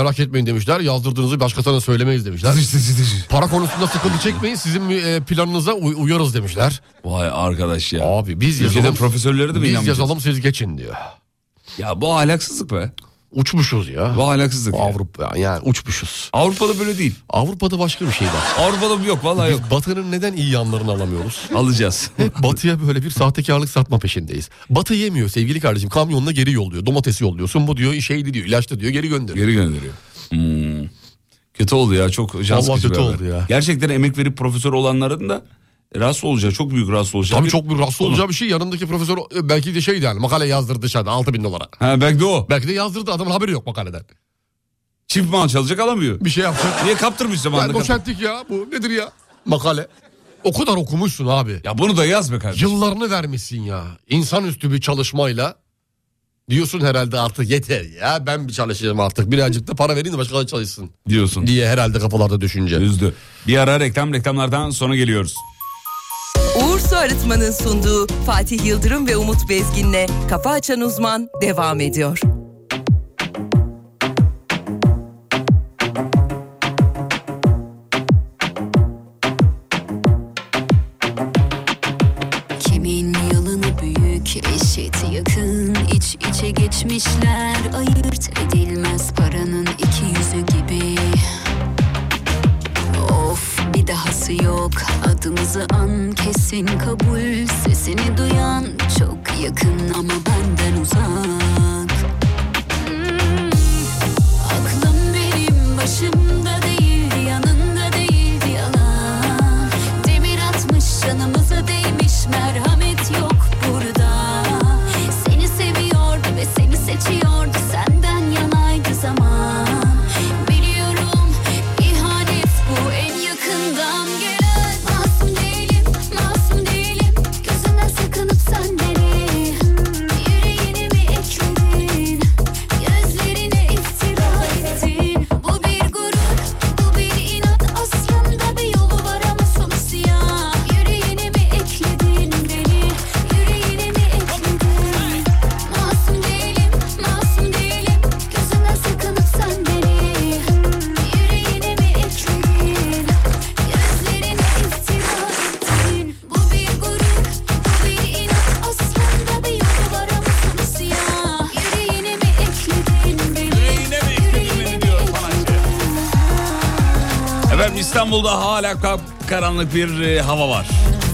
Merak etmeyin demişler. Yazdırdığınızı başkasına söylemeyiz demişler. Para konusunda sıkıntı çekmeyin. Sizin e, planınıza uy- uyarız demişler.
Vay arkadaş ya.
Abi biz
Ülkeden
yazalım.
profesörleri de mi
Biz
inanmayacağız?
yazalım siz geçin diyor.
Ya bu ahlaksızlık be.
Uçmuşuz ya.
Bu ahlaksızlık. ya.
Avrupa yani uçmuşuz.
Avrupa'da böyle değil.
Avrupa'da başka bir şey var.
Avrupa'da yok vallahi
Biz
yok.
Batı'nın neden iyi yanlarını alamıyoruz?
Alacağız.
Hep Batı'ya böyle bir sahtekarlık satma peşindeyiz. Batı yemiyor sevgili kardeşim. Kamyonla geri yolluyor. Domatesi yolluyorsun. Bu diyor şeyli diyor. İlaçlı diyor. Geri gönderiyor.
Geri gönderiyor. Hmm. Kötü oldu ya, çok can
Vallahi
sıkıcı
kötü
bir haber.
oldu ya.
Gerçekten emek verip profesör olanların da rahatsız olacağı, çok büyük rahatsız olacağı.
Tabii
bir-
çok bir rahatsız olacağı bir şey. Yanındaki profesör e, belki de şeydi yani. Makale yazdırdı dışarıda altı bin dolara.
Ha belki de o.
Belki de yazdırdı, adamın haberi yok makaleden.
Çift mal çalacak, alamıyor.
Bir şey yapacak.
Niye kaptırmış zamanında?
Yani doçentlik ya bu nedir ya? Makale. O kadar okumuşsun abi.
Ya bunu da yaz be kardeşim.
Yıllarını vermişsin ya. İnsanüstü bir çalışmayla. Diyorsun herhalde artık yeter ya. Ben bir çalışacağım artık. Birazcık da para vereyim de başkaları çalışsın.
Diyorsun.
Diye herhalde kafalarda düşünce.
Üzdü. Bir ara reklam, reklamlardan sonra geliyoruz.
Uğur Su Arıtma'nın sunduğu Fatih Yıldırım ve Umut Bezgin'le Kafa Açan Uzman devam ediyor.
Kimin yılını büyük, eşit yakın, iç içe geçmişler, ayırt edilmez paranın iki yüzü gibi. Of, bir dahası yok, adımızı an, kesin kabul, sesini duyan çok yakın ama benden uzak. Hmm, aklım benim başımda değildi, yanında değildi yalan. Demir atmış canımıza değmiş, merhamet yok burada. Seni seviyordu ve seni seçiyordu, senden yanaydı zaman. Biliyorum ihanet bu, en yakından gelen. Masum değilim, masum değilim, gözünden sakınıp sen beni yüreğine mi ekledin, gözlerine iftira ettin. Bu bir gurur, bu bir inat, aslında bir yolu var ama sonu siyah. Yüreğine mi ekledin beni, yüreğine mi ekledin? Masum değilim, masum değilim, gözünden sakınıp sen beni yüreğine mi ekledin, gözlerine iftira ettin. Bu bir gurur, bu bir inat, aslında bir yolu var ama sonu siyah. Yüreğine mi ekledin beni, yüreğine mi ekledin diyor
Efendim İstanbul'da hala kap karanlık bir e, hava var.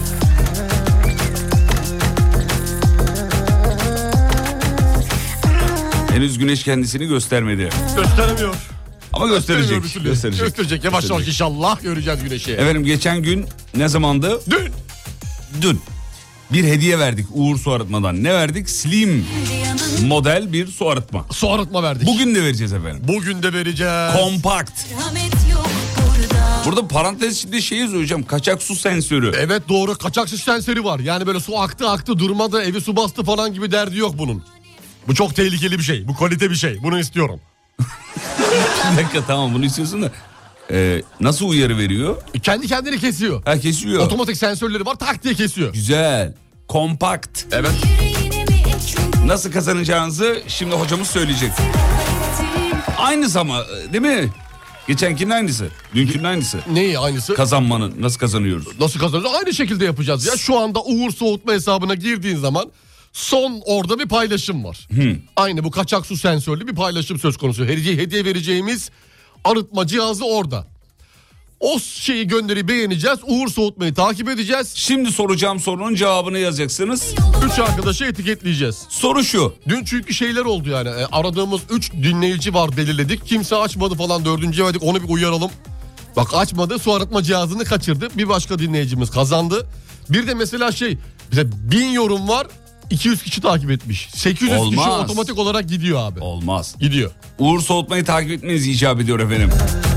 Henüz güneş kendisini göstermedi.
Gösteremiyor.
Ama gösterecek.
Bir türlü.
Gösterecek.
Gösterecek. Yavaş yavaş inşallah göreceğiz güneşi.
Efendim geçen gün ne zamandı?
Dün.
Dün. Bir hediye verdik Uğur Su Arıtma'dan. Ne verdik? Slim model bir su arıtma.
Su arıtma verdik.
Bugün de vereceğiz efendim.
Bugün de vereceğiz.
Kompakt.
merhamet yok burada.
Burada parantez içinde şey yazıyor hocam. Kaçak su sensörü.
Evet doğru, kaçak su sensörü var. Yani böyle su aktı aktı durmadı, evi su bastı falan gibi derdi yok bunun. Bu çok tehlikeli bir şey. Bu kalite bir şey. Bunu istiyorum.
Bir dakika tamam bunu istiyorsun da. Ee, nasıl uyarı veriyor?
Kendi kendini kesiyor.
Ha kesiyor.
Otomatik sensörleri var, tak diye kesiyor.
Güzel. Kompakt.
Evet.
Yüreğine mi ekledin,
Nasıl kazanacağınızı şimdi hocamız söyleyecek. Aynısı ama değil mi? Geçenkinin aynısı. Dünkünün aynısı.
Neyi aynısı?
Kazanmanın nasıl kazanıyoruz?
Nasıl kazanacağız? Aynı şekilde yapacağız ya. Şu anda Uğur Soğutma hesabına girdiğin zaman son orada bir paylaşım var.
Hmm.
Aynı bu kaçak su sensörlü bir paylaşım söz konusu. Hediye, hediye vereceğimiz arıtma cihazı orada. O şeyi gönderi beğeneceğiz. Uğur Soğutmayı takip edeceğiz.
Şimdi soracağım sorunun cevabını yazacaksınız.
Üç arkadaşı etiketleyeceğiz.
Soru şu.
Dün çünkü şeyler oldu yani. E, aradığımız üç dinleyici var belirledik. Kimse açmadı falan, dördüncü verdik, onu bir uyaralım. Bak açmadı, su arıtma cihazını kaçırdı. Bir başka dinleyicimiz kazandı. Bir de mesela şey, mesela bin yorum var, iki yüz kişi takip etmiş. sekiz yüz
Olmaz.
kişi otomatik olarak gidiyor abi.
Olmaz.
Gidiyor.
Uğur Soğutmayı takip etmeniz icap ediyor efendim.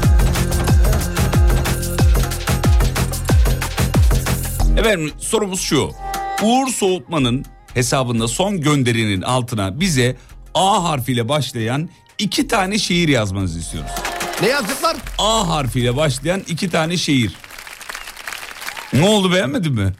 Efendim sorumuz şu. Uğur Soğutmanın hesabında son gönderinin altına bize A harfiyle başlayan iki tane şiir yazmanızı istiyoruz.
Ne yazdıklar?
A harfiyle başlayan iki tane şiir. Ne oldu, beğenmedin mi?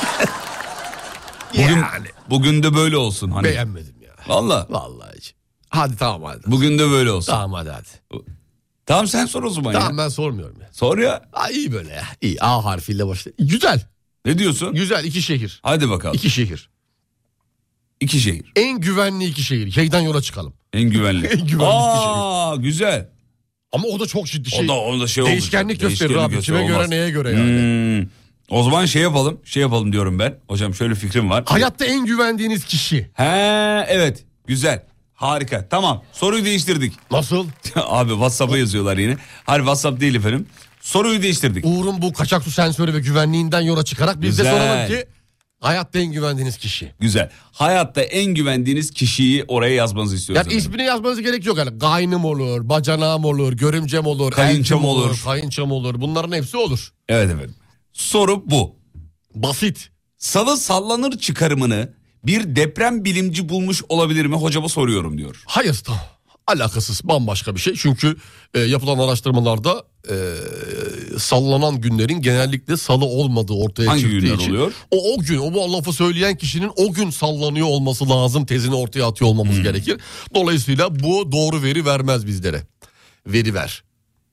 Bugün,
Yani.
bugün de böyle olsun hani.
Beğenmedim ya.
Valla.
Vallahi hiç. Hadi tamam hadi.
Bugün de böyle olsun.
Tamam hadi hadi.
Tamam sen sor o zaman
Tamam
ya.
ben sormuyorum ya.
Sor ya.
Aa, iyi böyle ya. İyi A harfiyle başla. Güzel.
Ne diyorsun?
Güzel iki şehir.
Hadi bakalım.
İki şehir.
İki şehir.
En güvenli iki şehir. Şeyden yola çıkalım.
En güvenli.
En güvenli
Aa, güzel.
Ama o da çok ciddi şey.
O da, o da şey oldu.
Değişkenlik gösterir
Değişkenlik
abi.
gösterir,
Kime göre
olmaz.
neye göre yani.
Hmm. O zaman şey yapalım. Şey yapalım diyorum ben. Hocam şöyle fikrim var.
Hayatta en güvendiğiniz kişi.
He evet. Güzel. Harika. Tamam. Soruyu değiştirdik.
Nasıl?
Abi WhatsApp'a yazıyorlar yine. Hayır WhatsApp değil efendim. Soruyu değiştirdik.
Uğur'un bu kaçak su sensörü ve güvenliğinden yola çıkarak biz de
Güzel.
soralım ki hayatta en güvendiğiniz kişi.
Güzel. Hayatta en güvendiğiniz kişiyi oraya yazmanızı istiyoruz.
Yani ismini yazmanız gerek yok. Yani kaynım olur, bacanağım olur, görümcem olur,
Kayınçam
eltim
olur.
kayınçam olur. Bunların hepsi olur.
Evet efendim. Soru bu.
Basit.
Salı sallanır çıkarımını bir deprem bilimci bulmuş olabilir mi? Hocama soruyorum diyor.
Hayır tamam. Alakasız bambaşka bir şey. Çünkü e, yapılan araştırmalarda e, sallanan günlerin genellikle salı olmadığı ortaya
Hangi
çıktığı
günler
için.
oluyor?
O, o gün o bu lafı söyleyen kişinin o gün sallanıyor olması lazım tezini ortaya atıyor olmamız
Hmm.
gerekir. Dolayısıyla bu doğru veri vermez bizlere. Veri ver.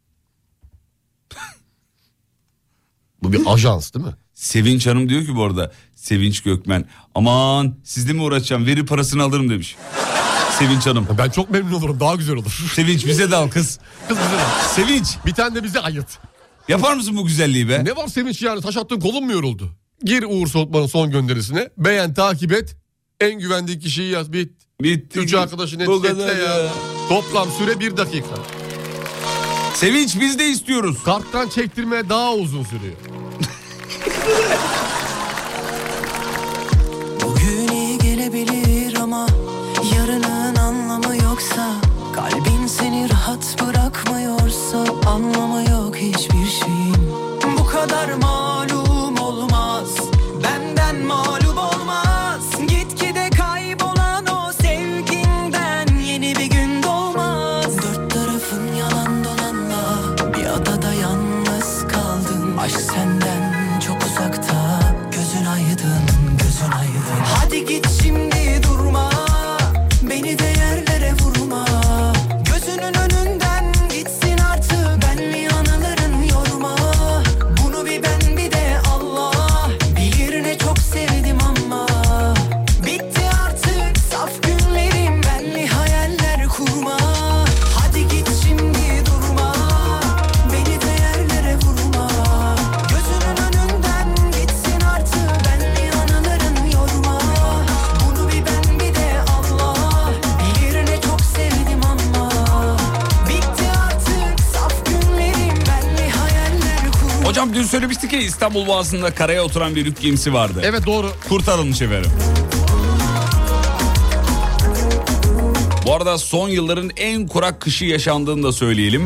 Bu bir ajans değil mi?
Sevinç Hanım diyor ki bu arada. Sevinç Gökmen. Aman sizle mi uğraşacağım? Veri parasını alırım demiş. Sevinç Hanım.
Ben çok memnun olurum, daha güzel olur.
Sevinç bize de al kız.
Kız bize de.
Sevinç.
Bir tane de bize ayırt.
Yapar mısın bu güzelliği be?
Ne var Sevinç yani, taş attığın kolun mu yoruldu? Gir Uğur Soğutman'ın son gönderisine. Beğen, takip et. En güvendiği kişiyi yaz. Bit.
Bitti.
Üç arkadaşın
Bu
etiketle
kadar
ya.
ya.
Toplam süre bir dakika.
Sevinç biz de istiyoruz.
Karttan çektirmeye daha uzun sürüyor.
Bugün iyi gelebilir ama yarının anlamı yoksa, kalbin seni rahat bırakmıyorsa, anlamı yok hiçbir şeyin. Bu kadar malum olmaz, benden mağlup olmaz. Gitgide kaybolan o sevginden yeni bir gün doğmaz. Dört tarafın yalan dolanla, bir adada yalnız kaldın. Aşk senden çok uzakta, gözün aydın, gözün aydın. Hadi git şimdi durma, beni de yerlere vurma. Gözünün önünden gitsin artık, benli anıların yorma. Bunu bir ben bir de Allah bilir, ne çok sevdim ama bitti artık saf günlerim, benli hayaller kurma. Hadi git şimdi durma, beni de yerlere vurma. Gözünün önünden gitsin artık, benli anıların yorma. Bunu bir ben bir de Allah bilir, ne çok sevdim ama bitti artık saf günlerim, benli hayaller kurma.
Hocam dün söylemiştik ya, İstanbul Boğazı'nda karaya oturan bir yük gemisi vardı.
Evet doğru.
Kurtarılmış efendim. Bu arada son yılların en kurak kışı yaşandığını da söyleyelim.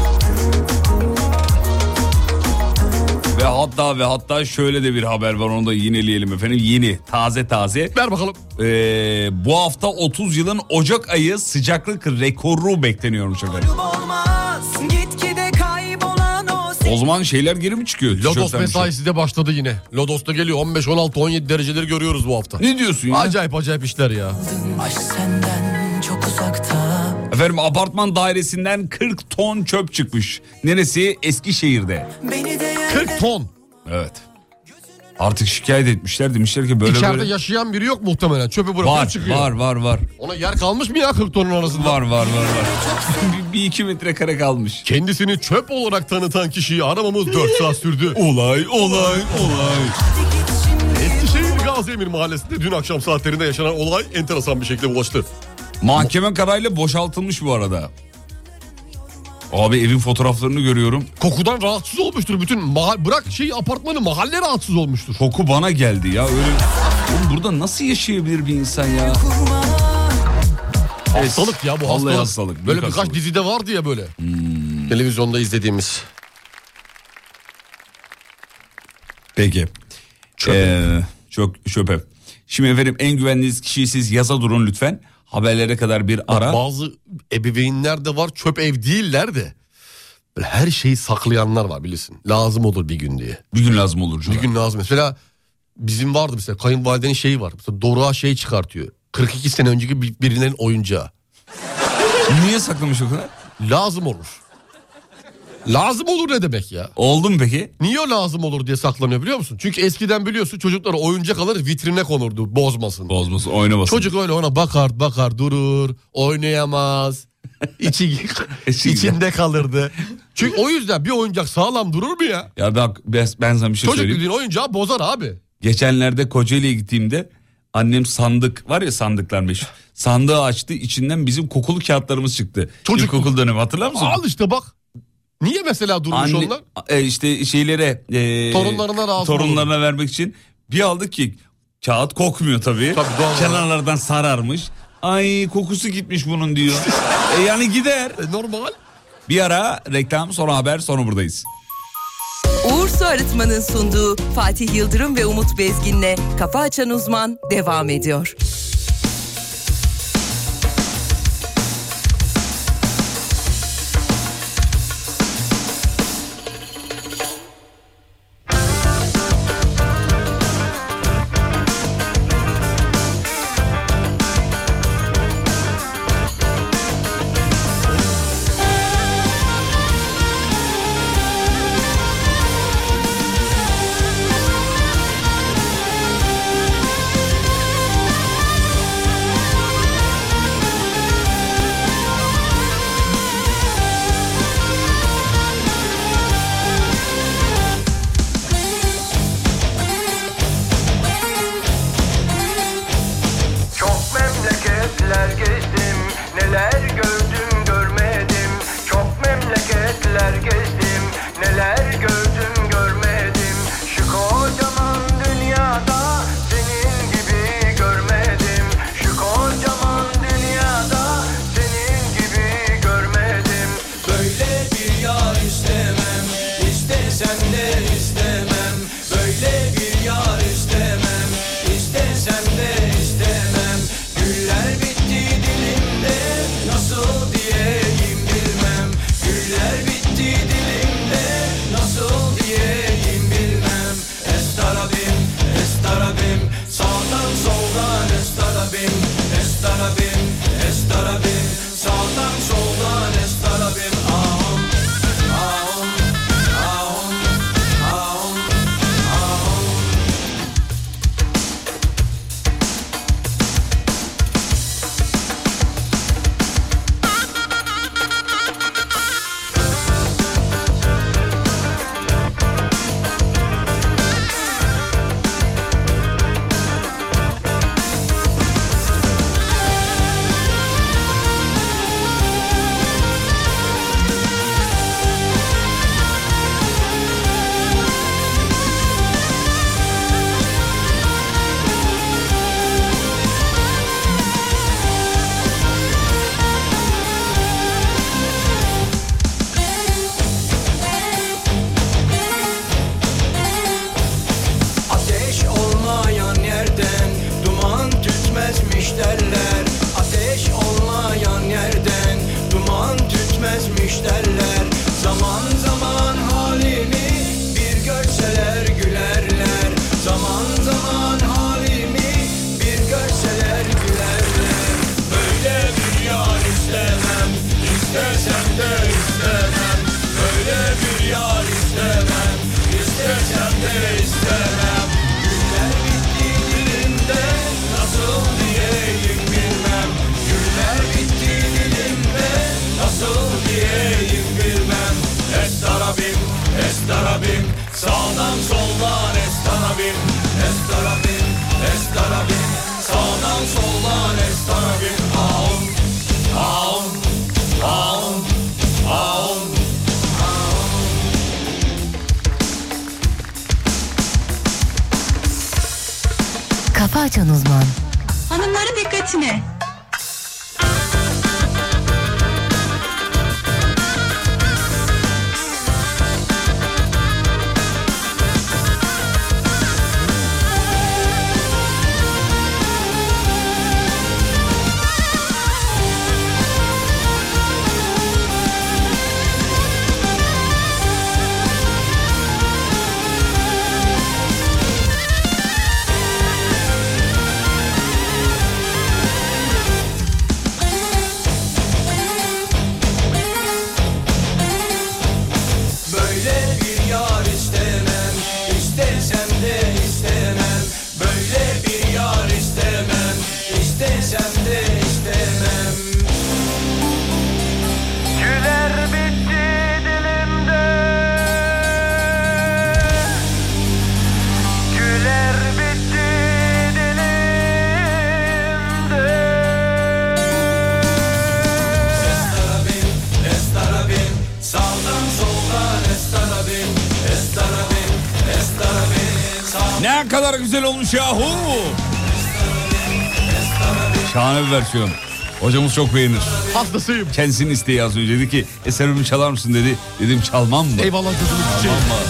Ve hatta ve hatta şöyle de bir haber var, onu da yineleyelim efendim. Yeni, taze taze.
Ver bakalım.
Ee, bu hafta otuz yılın Ocak ayı sıcaklık rekoru bekleniyormuş efendim.
Olmaz, gitgide kaybolan o
O zaman şeyler geri mi çıkıyor?
Lodos
Tişörtler,
mesaisi de başladı yine. Lodos'ta geliyor, on beş on altı on yedi dereceleri görüyoruz bu hafta.
Ne diyorsun ya?
Acayip acayip işler ya.
aşk senden çok uzakta.
Efendim apartman dairesinden kırk ton çöp çıkmış. Neresi? Eskişehir'de.
Beni de yerlere
kırk ton.
Evet. Artık şikayet etmişler, demişler ki böyle
İçeride
böyle.
yaşayan biri yok muhtemelen. Çöpü bırakıyor
Var,
çıkıyor.
var, var, var.
Ona yer kalmış mı ya kırk tonun arasında?
Var, var, var, var. bir, bir iki metrekare kalmış.
Kendisini çöp olarak tanıtan kişiyi aramamız dört saat sürdü.
Olay, olay, olay.
Eskişehir Gaziemir Mahallesi'nde dün akşam saatlerinde yaşanan olay enteresan bir şekilde ulaştı.
Mahkeme kararıyla boşaltılmış bu arada. Abi evin fotoğraflarını görüyorum.
Kokudan rahatsız olmuştur bütün mahalle. Bırak şey apartmanı, mahalle rahatsız olmuştur.
Koku bana geldi ya öyle. Oğlum burada nasıl yaşayabilir bir insan ya?
Hastalık ya bu
Vallahi
hastalık.
hastalık, büyük
Böyle birkaç
hastalık.
dizide vardı ya böyle.
Hmm.
Televizyonda izlediğimiz.
Peki.
Çöpe.
Ee, çok çöpe. Şimdi efendim en güvendiğiniz kişiyi siz yaza durun lütfen. Haberlere kadar bir ara.
Bazı ebeveynler de var, çöp ev değiller de. Böyle her şeyi saklayanlar var bilirsin. Lazım olur bir gün diye.
Bir gün lazım olur.
Bir gün lazım. Mesela bizim vardı mesela kayınvalidenin şeyi var. Mesela Doruk'a şey çıkartıyor. kırk iki sene önceki bir- birilerinin oyuncağı.
Niye saklamış o kadar?
Lazım olur. Lazım olur ne demek ya?
Oldu mu peki?
Niye o lazım olur diye saklanıyor biliyor musun? Çünkü eskiden biliyorsun çocuklara oyuncak alır vitrine konurdu bozmasın.
Bozmasın, oynamasın.
Çocuk öyle ona bakar bakar durur, oynayamaz. İçi, içinde kalırdı. Çünkü o yüzden bir oyuncak sağlam durur mu ya?
Ya bak ben sana bir şey
Çocuk
söyleyeyim.
dediğin oyuncağı bozar abi.
Geçenlerde Kocaeli'ye gittiğimde annem sandık var ya, sandıklar meşhur. Sandığı açtı, içinden bizim kokulu kağıtlarımız çıktı.
Çocuk
İlkokul dönemi hatırlar mısın?
Al işte bak. Niye mesela durmuş
Anne,
onlar?
E işte şeylere e,
torunlarına razı
torunlarına
olur.
vermek için bir aldık ki kağıt kokmuyor tabii.
Tabii doğal
kenarlardan sararmış. Ay kokusu gitmiş bunun diyor. e yani gider.
E, normal.
Bir ara reklam, sonra haber, sonra buradayız.
Uğur Su Arıtma'nın sunduğu Fatih Yıldırım ve Umut Bezgin'le Kafa Açan Uzman devam ediyor.
Kafa Açan Uzman.
Hanımların dikkatine.
Ne kadar güzel olmuş yahu. Şahane bir versiyon. Hocamız çok beğenir.
Hastasıyım.
Kendisinin isteği az önce dedi ki eserimi çalar mısın dedi. Dedim çalmam mı?
Eyvallah kızım.
Çalmam mı?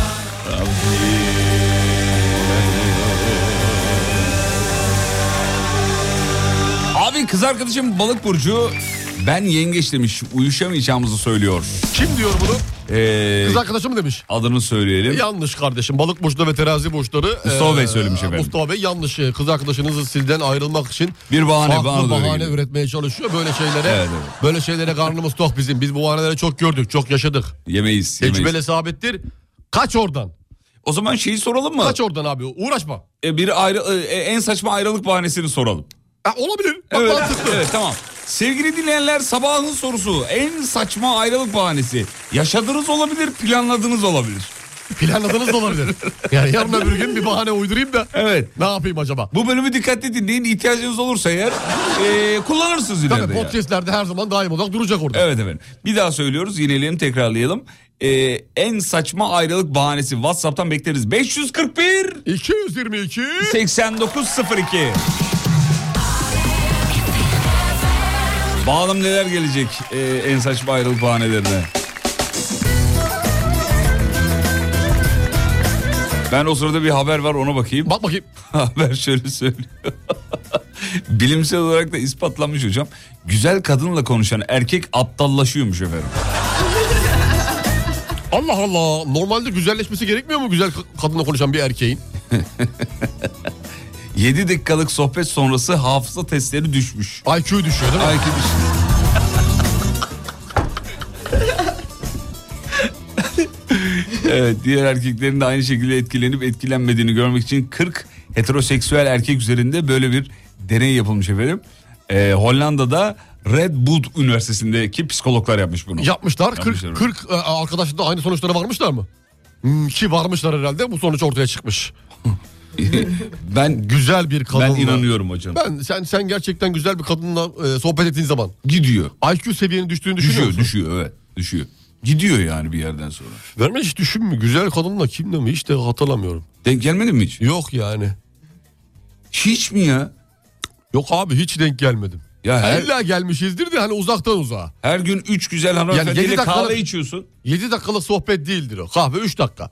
Abi kız arkadaşım balık burcu, ben yengeç demiş, uyuşamayacağımızı söylüyor.
Kim diyor bunu?
Ee,
Kız arkadaşım mı demiş?
Adını söyleyelim.
Yanlış kardeşim. Balık burçları ve terazi burçları.
Mustafa ee, Bey söylemiş efendim.
Mustafa Bey yanlış. Kız arkadaşınızı sizden ayrılmak için
bir bahane,
farklı
bahane,
bahane üretmeye çalışıyor. Böyle şeylere evet, evet. böyle şeylere karnımız tok bizim. Biz bu bahaneleri çok gördük, çok yaşadık.
Yemeyiz.
Tecrübeyle sabittir. Kaç oradan.
O zaman şeyi soralım mı?
Kaç oradan abi, uğraşma.
E, bir ayrı, e, en saçma ayrılık bahanesini soralım.
Ha, olabilir. Bak,
evet,
mantıklı.
evet tamam. Sevgili dinleyenler, sabahın sorusu en saçma ayrılık bahanesi. Yaşadığınız olabilir, planladığınız olabilir.
Planladığınız da olabilir. Yani yarın öbür gün bir bahane uydurayım da.
Evet.
Ne yapayım acaba?
Bu bölümü dikkatli dinleyin, ihtiyacınız olursa eğer e, kullanırsınız ileride.
Tabii podcastlerde yani. Her zaman daim olarak duracak orada.
Evet evet. Bir daha söylüyoruz, yineleyelim, tekrarlayalım. Ee, en saçma ayrılık bahanesi WhatsApp'tan bekleriz. beş yüz kırk bir
iki yüz yirmi iki
seksen dokuz sıfır iki. Bakalım neler gelecek ee, en saçma ayrılık bahanelerine. Ben o sırada bir haber var, ona bakayım.
Bak bakayım.
Haber şöyle söylüyor. Bilimsel olarak da ispatlanmış hocam. Güzel kadınla konuşan erkek aptallaşıyormuş efendim.
Allah Allah. Normalde güzelleşmesi gerekmiyor mu güzel kadınla konuşan bir erkeğin?
yedi dakikalık sohbet sonrası hafıza testleri düşmüş.
I Q düşüyor değil mi?
I Q düşüyor. Evet, diğer erkeklerin de aynı şekilde etkilenip etkilenmediğini görmek için kırk heteroseksüel erkek üzerinde böyle bir deney yapılmış efendim. Ee, Hollanda'da Red Bull Üniversitesi'ndeki psikologlar yapmış bunu.
Yapmışlar. kırk, kırk arkadaşlar da aynı sonuçlara varmışlar mı? Hmm, ki varmışlar herhalde, bu sonuç ortaya çıkmış.
Ben
güzel bir kadınla.
Ben inanıyorum hocam.
Ben sen sen gerçekten güzel bir kadınla e, sohbet ettiğin zaman
gidiyor.
I Q seviyenin düştüğünü düşünüyor
düşüyor,
musun?
Düşüyor, evet. Düşüyor. Gidiyor yani bir yerden sonra.
Verme hiç düşün mü? Güzel kadınla kimle mi? Hiç de hatırlamıyorum.
Denk gelmedin mi hiç?
Yok yani.
Hiç mi ya?
Yok abi, hiç denk gelmedim.
Ya her...
İlla gelmişizdir de hani uzaktan uzağa.
Her gün üç güzel hanımefendiyle yani dakikalık... kahve içiyorsun.
yedi dakikalık sohbet değildir o. Kahve üç dakika.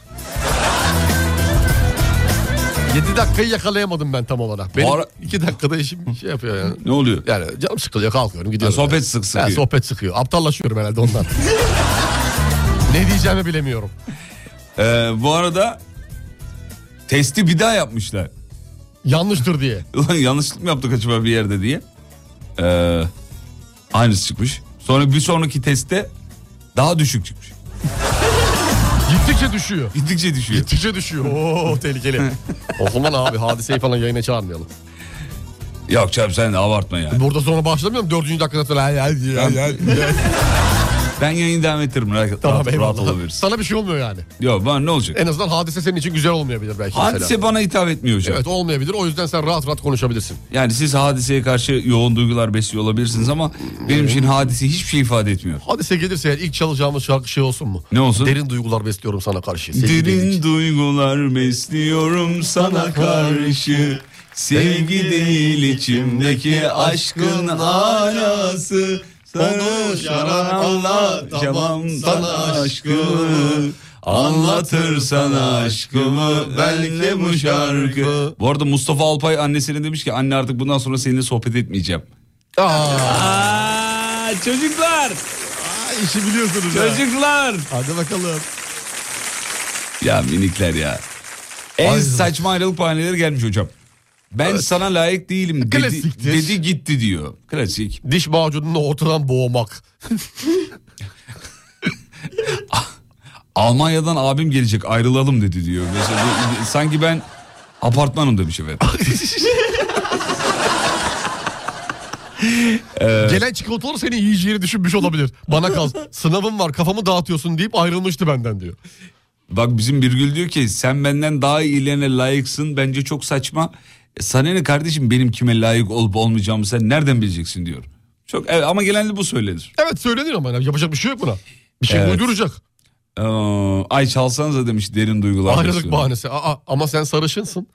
yedi dakikayı yakalayamadım ben tam olarak. Benim ara... iki dakikada işim şey yapıyor yani.
Ne oluyor?
Yani canım sıkılıyor, kalkıyorum gidiyorum.
Ha, sohbet
yani.
sık sıkıyor.
Ha, sohbet sıkıyor. Aptallaşıyorum herhalde ondan. Ne diyeceğimi bilemiyorum.
Ee, bu arada testi bir daha yapmışlar.
Yanlıştır diye.
Ulan yanlışlık mı yaptık acaba bir yerde diye. Ee, aynısı çıkmış. Sonra bir sonraki testte daha düşük çıkmış.
Gittikçe düşüyor.
Gittikçe düşüyor.
Gittikçe düşüyor. Oo tehlikeli. O zaman abi Hadise'yi falan yayına çağırmayalım.
Yok canım, sen de abartma yani.
Burada sonra başlamıyorum. Dördüncü dakikada sonra.
Ben yayını devam ettiririm. Rahat,
tamam,
rahat, rahat olabilirsin.
Sana bir şey olmuyor yani.
Yok, bana ne olacak?
En azından Hadise senin için güzel olmayabilir belki.
Hadise mesela bana hitap etmiyor hocam.
Evet, olmayabilir. O yüzden sen rahat rahat konuşabilirsin.
Yani siz Hadise'ye karşı yoğun duygular besliyor olabilirsiniz ama benim için Hadise hiçbir şey ifade etmiyor.
Hadise gelirse eğer ilk çalacağımız şarkı şey olsun mu?
Ne olsun?
Derin duygular besliyorum sana karşı.
Derin dedik. Duygular besliyorum sana karşı. Sevgi değil içimdeki aşkın alası. Konuşarak anlatamam sana aşkımı. Anlatır sana aşkımı belki bu şarkı. Bu arada Mustafa Alpay annesine demiş ki anne artık bundan sonra seninle sohbet etmeyeceğim.
Aa.
Aa, çocuklar.
Aa, işi biliyorsunuz.
Çocuklar.
Ha. Hadi bakalım.
Ya minikler ya. En
Ay,
saçma ayrılık bahaneleri gelmiş hocam. Ben evet. sana layık değilim dedi, dedi gitti diyor. Klasik.
Diş macununu ortadan boğmak.
Almanya'dan abim gelecek ayrılalım dedi diyor. Mesela, sanki ben apartmanım demiş efendim.
ee, Gelen çikolataları senin yiyeceğini düşünmüş olabilir. Bana kal. Sınavım var, kafamı dağıtıyorsun deyip ayrılmıştı benden diyor.
Bak bizim Birgül diyor ki sen benden daha iyilerine layıksın. Bence çok saçma. E, sana ne kardeşim benim kime layık olup olmayacağımı sen nereden bileceksin diyor. Çok evet, ama genelde bu söylenir.
Evet söylenir ama yapacak bir şey yok buna. Bir şey
evet.
uyduracak.
Ee, ay çalsanıza demiş derin duygular.
Ayrılık bahanesi. Aa, ama sen sarışınsın.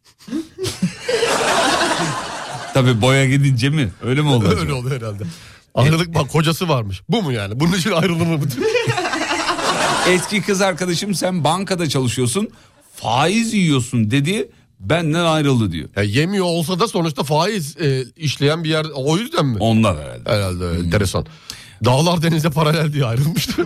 Tabii boya gidince mi? Öyle mi oldu?
Öyle oldu herhalde. Ayrılık bak kocası varmış. Bu mu yani? Bunun için ayrılır mı?
Eski kız arkadaşım sen bankada çalışıyorsun, faiz yiyorsun dedi, benden ayrıldı diyor.
Ya yemiyor olsa da sonuçta faiz e, işleyen bir yer, o yüzden mi?
Ondan herhalde.
Herhalde öyle. Hmm. Enteresan. Dağlar denize paralel diye ayrılmıştı.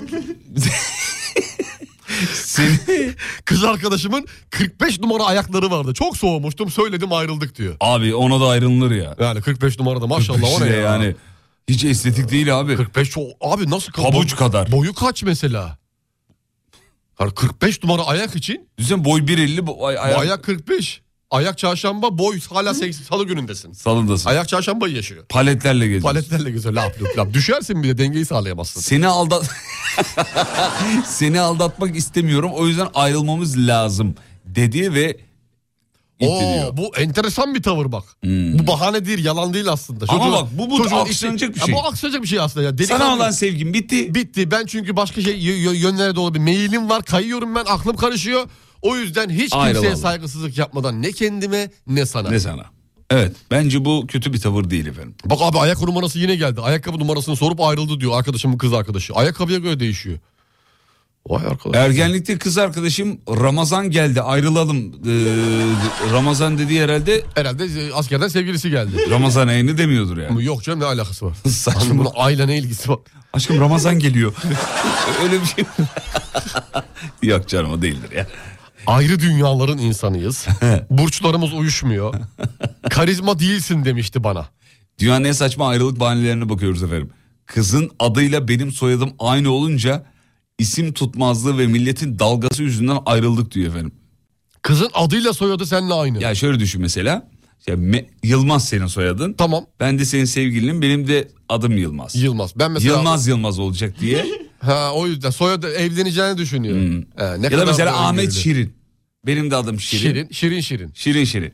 Seni...
Kız arkadaşımın kırk beş numara ayakları vardı. Çok soğumuştum, söyledim ayrıldık diyor.
Abi ona da ayrılır ya.
Yani kırk beş numarada maşallah o ne ya?
Yani hiç estetik değil abi.
kırk beş çok abi nasıl
pabuç kadar.
Boyu kaç mesela? Yani kırk beş numara ayak için.
Düşünsene boy bir elli bo- ay- ayak...
ayak kırk beş. Ayak çarşamba, boy hala seksen, salı günündesin.
Salındasın.
Ayak çarşambayı yaşıyor.
Paletlerle geziyorsun.
Paletlerle geziyor. Lap lap lap. Düşersin bir de dengeyi sağlayamazsın.
Seni aldat Seni aldatmak istemiyorum, o yüzden ayrılmamız lazım dedi ve
Oo, bu enteresan bir tavır bak. Hmm. Bu bahane değil, yalan değil aslında.
Ama
çocuğun,
bak bu, bu aksanacak bir şey.
Ya, bu aksanacak bir şey aslında. Ya.
Sana olan sevgim bitti.
Bitti. Ben çünkü başka şey y- yönlere doğru bir meyilim var. Kayıyorum ben, aklım karışıyor. O yüzden hiç kimseye Ayrılalım. saygısızlık yapmadan ne kendime ne sana.
Ne sana. Evet, bence bu kötü bir tavır değil efendim.
Bak abi ayak numarası yine geldi. Ayakkabı numarasını sorup ayrıldı diyor arkadaşımın kız arkadaşı. Ayakkabıya göre değişiyor. Vay arkadaş.
Ergenlikte kız arkadaşım Ramazan geldi ayrılalım. Ee, Ramazan dediği herhalde.
Herhalde askerden sevgilisi geldi.
Ramazan ayını demiyordur yani.
Yok canım, ne alakası var?
Saçma.
Bunun ayla ne ilgisi var?
Aşkım Ramazan geliyor. Öyle bir şey. Yok canım, o değildir ya.
Ayrı dünyaların insanıyız. Burçlarımız uyuşmuyor. Karizma değilsin demişti bana.
Dünyanın en saçma ayrılık bahanelerine bakıyoruz efendim. Kızın adıyla benim soyadım aynı olunca isim tutmazlığı ve milletin dalgası yüzünden ayrıldık diyor efendim.
Kızın adıyla soyadı seninle aynı.
Ya şöyle düşün mesela. Ya Me- Yılmaz senin soyadın.
Tamam.
Ben de senin sevgilinim, benim de adım Yılmaz.
Yılmaz. Ben mesela
Yılmaz Yılmaz olacak diye.
Ha, o yüzden soyadı evleneceğini düşünüyor. Hmm.
He, ne ya da mesela Ahmet öngörülü. Şirin. Benim de adım Şirin.
Şirin Şirin Şirin.
Şirin Şirin.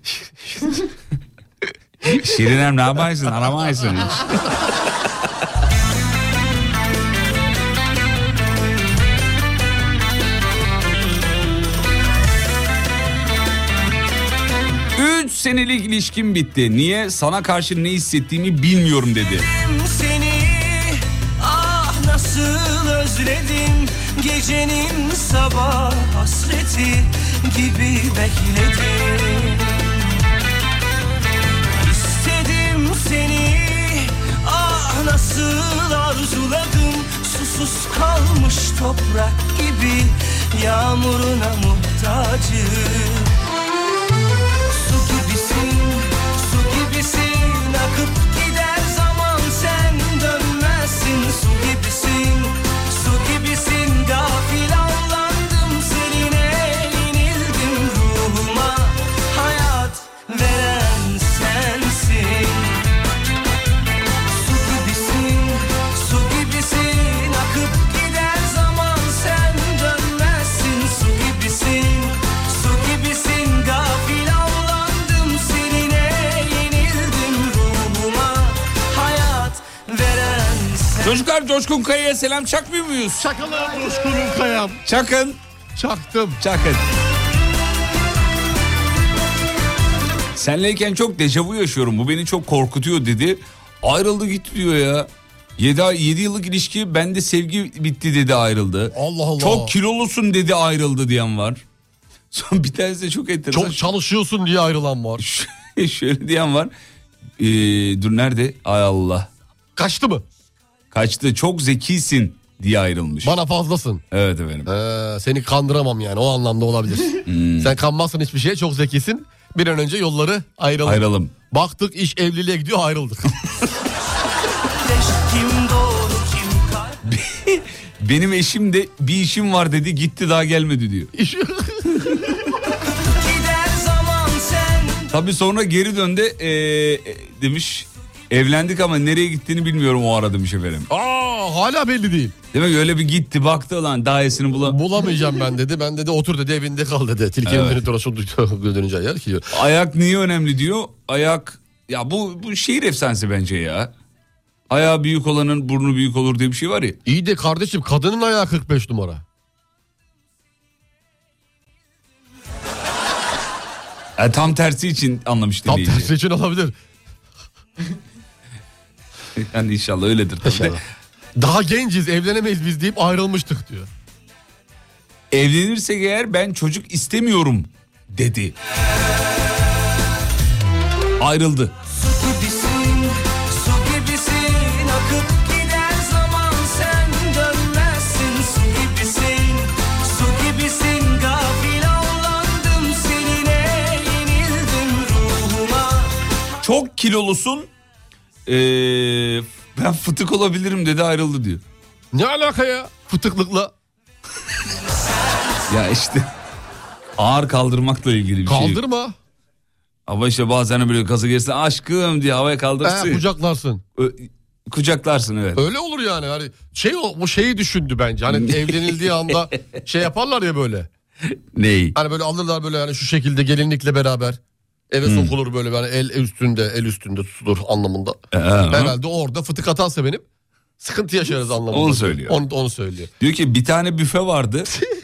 Şirinem ne yaparsın? Aramaysın hiç. Üç senelik ilişkim bitti. Niye? Sana karşı ne hissettiğimi bilmiyorum dedi.
Seni ah nasıl özledim. Gecenin sabah hasreti gibi bekledim. İstedim seni ah nasıl arzuladım. Susuz kalmış toprak gibi yağmuruna muhtacım. Su gibisin, su gibisin, akıp gider zaman sen dönmezsin. Su gibisin, su gibisin, gafil avlandım seninle, yenildim ruhuma, hayat veren sensin. Su gibisin, su gibisin, akıp gider zaman sen dönmezsin. Su gibisin, su gibisin, gafil avlandım seninle, yenildim ruhuma, hayat veren sensin.
Çocuklar, Coşkun Kaya'ya selam çakmıyor muyuz?
Çakalım Coşkun Kaya'm.
Çakın.
Çaktım.
Çakın. Senleyken çok dejavu yaşıyorum. Bu beni çok korkutuyor dedi. Ayrıldı gitti diyor ya. yedi yıllık ilişki, bende sevgi bitti dedi, ayrıldı.
Allah Allah.
Çok kilolusun dedi, ayrıldı diyen var. Son bir tanesi de çok enteresan.
Çok çalışıyorsun diye ayrılan var.
Şöyle diyen var. Ee, dur nerede? Ay Allah.
Kaçtı mı?
Kaçtı. Çok zekisin diye ayrılmış.
Bana fazlasın.
Evet efendim.
Ee, seni kandıramam yani, o anlamda olabilir. Hmm. Sen kanmazsın hiçbir şeye, çok zekisin. Bir an önce yolları ayıralım.
Ayrılalım.
Baktık iş evliliğe gidiyor, ayrıldık.
Benim eşim de bir işim var dedi, gitti daha gelmedi diyor. Tabii sonra geri döndü ee, demiş. Evlendik ama nereye gittiğini bilmiyorum o ara demiş efendim.
Aa, hala belli değil.
Demek öyle bir gitti, baktı lan daha iyisini bulam.
Bulamayacağım ben dedi. Ben dedi otur dedi, evinde kal dedi. Tilkinin evet. Dönüşü dönünce yer ki.
Ayak niye önemli diyor. Ayak ya bu bu şehir efsanesi bence ya. Ayağı büyük olanın burnu büyük olur diye bir şey var ya.
İyi de kardeşim, kadının ayağı kırk beş numara.
Yani tam tersi için anlamış
Tam
dinleyici.
tersi için olabilir.
Yani inşallah öyledir tabii.
İnşallah. Daha genciz, evlenemeyiz biz deyip ayrılmıştık diyor.
Evlenirsek eğer ben çocuk istemiyorum dedi. Ayrıldı.
Su gibisin, su gibisin, akıp gider zaman sen dönmezsin. Su gibisin, su gibisin, gafil avlandım seninle, yenildim ruhuma.
Çok kilolusun. Ee, ben fıtık olabilirim dedi, ayrıldı diyor.
Ne alaka ya fıtıklıkla?
Ya işte ağır kaldırmakla ilgili bir şey.
Kaldırma.
Ama işte bazen böyle gaza gelirsin aşkım diye havaya kaldırırsın.
He, kucaklarsın.
Ö- kucaklarsın evet.
Öyle olur yani. Hani şey o bu şeyi düşündü bence. Hani evlenildiği anda şey yaparlar ya böyle.
Ney?
Hani böyle alırlar böyle hani şu şekilde gelinlikle beraber. Eve hmm. sokulur böyle yani el üstünde el üstünde tutulur anlamında.
Ee,
Herhalde orada fıtık atarsa benim sıkıntı yaşarız anlamında.
Onu söylüyor.
Onu, onu söylüyor.
Diyor ki bir tane büfe vardı.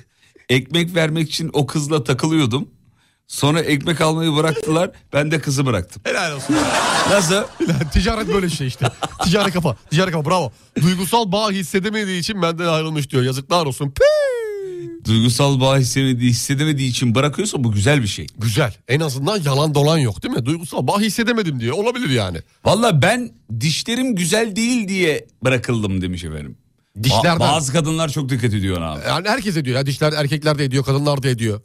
Ekmek vermek için o kızla takılıyordum. Sonra ekmek almayı bıraktılar. Ben de kızı bıraktım.
Helal olsun.
Nasıl?
Ticaret böyle şey işte. Ticari kafa. Ticari kafa bravo. Duygusal bağ hissedemediği için benden ayrılmış diyor. Yazıklar olsun. Pii.
Duygusal bağ hissedemediği, hissedemediği için bırakıyorsa bu güzel bir şey.
Güzel. En azından yalan dolan yok değil mi? Duygusal bağ hissedemedim diye. Olabilir yani.
Valla ben dişlerim güzel değil diye bırakıldım demiş efendim.
Dişlerden.
Ba- bazı kadınlar çok dikkat ediyor abi.
Yani herkes ediyor ya. Dişler erkekler de ediyor, kadınlar da ediyor.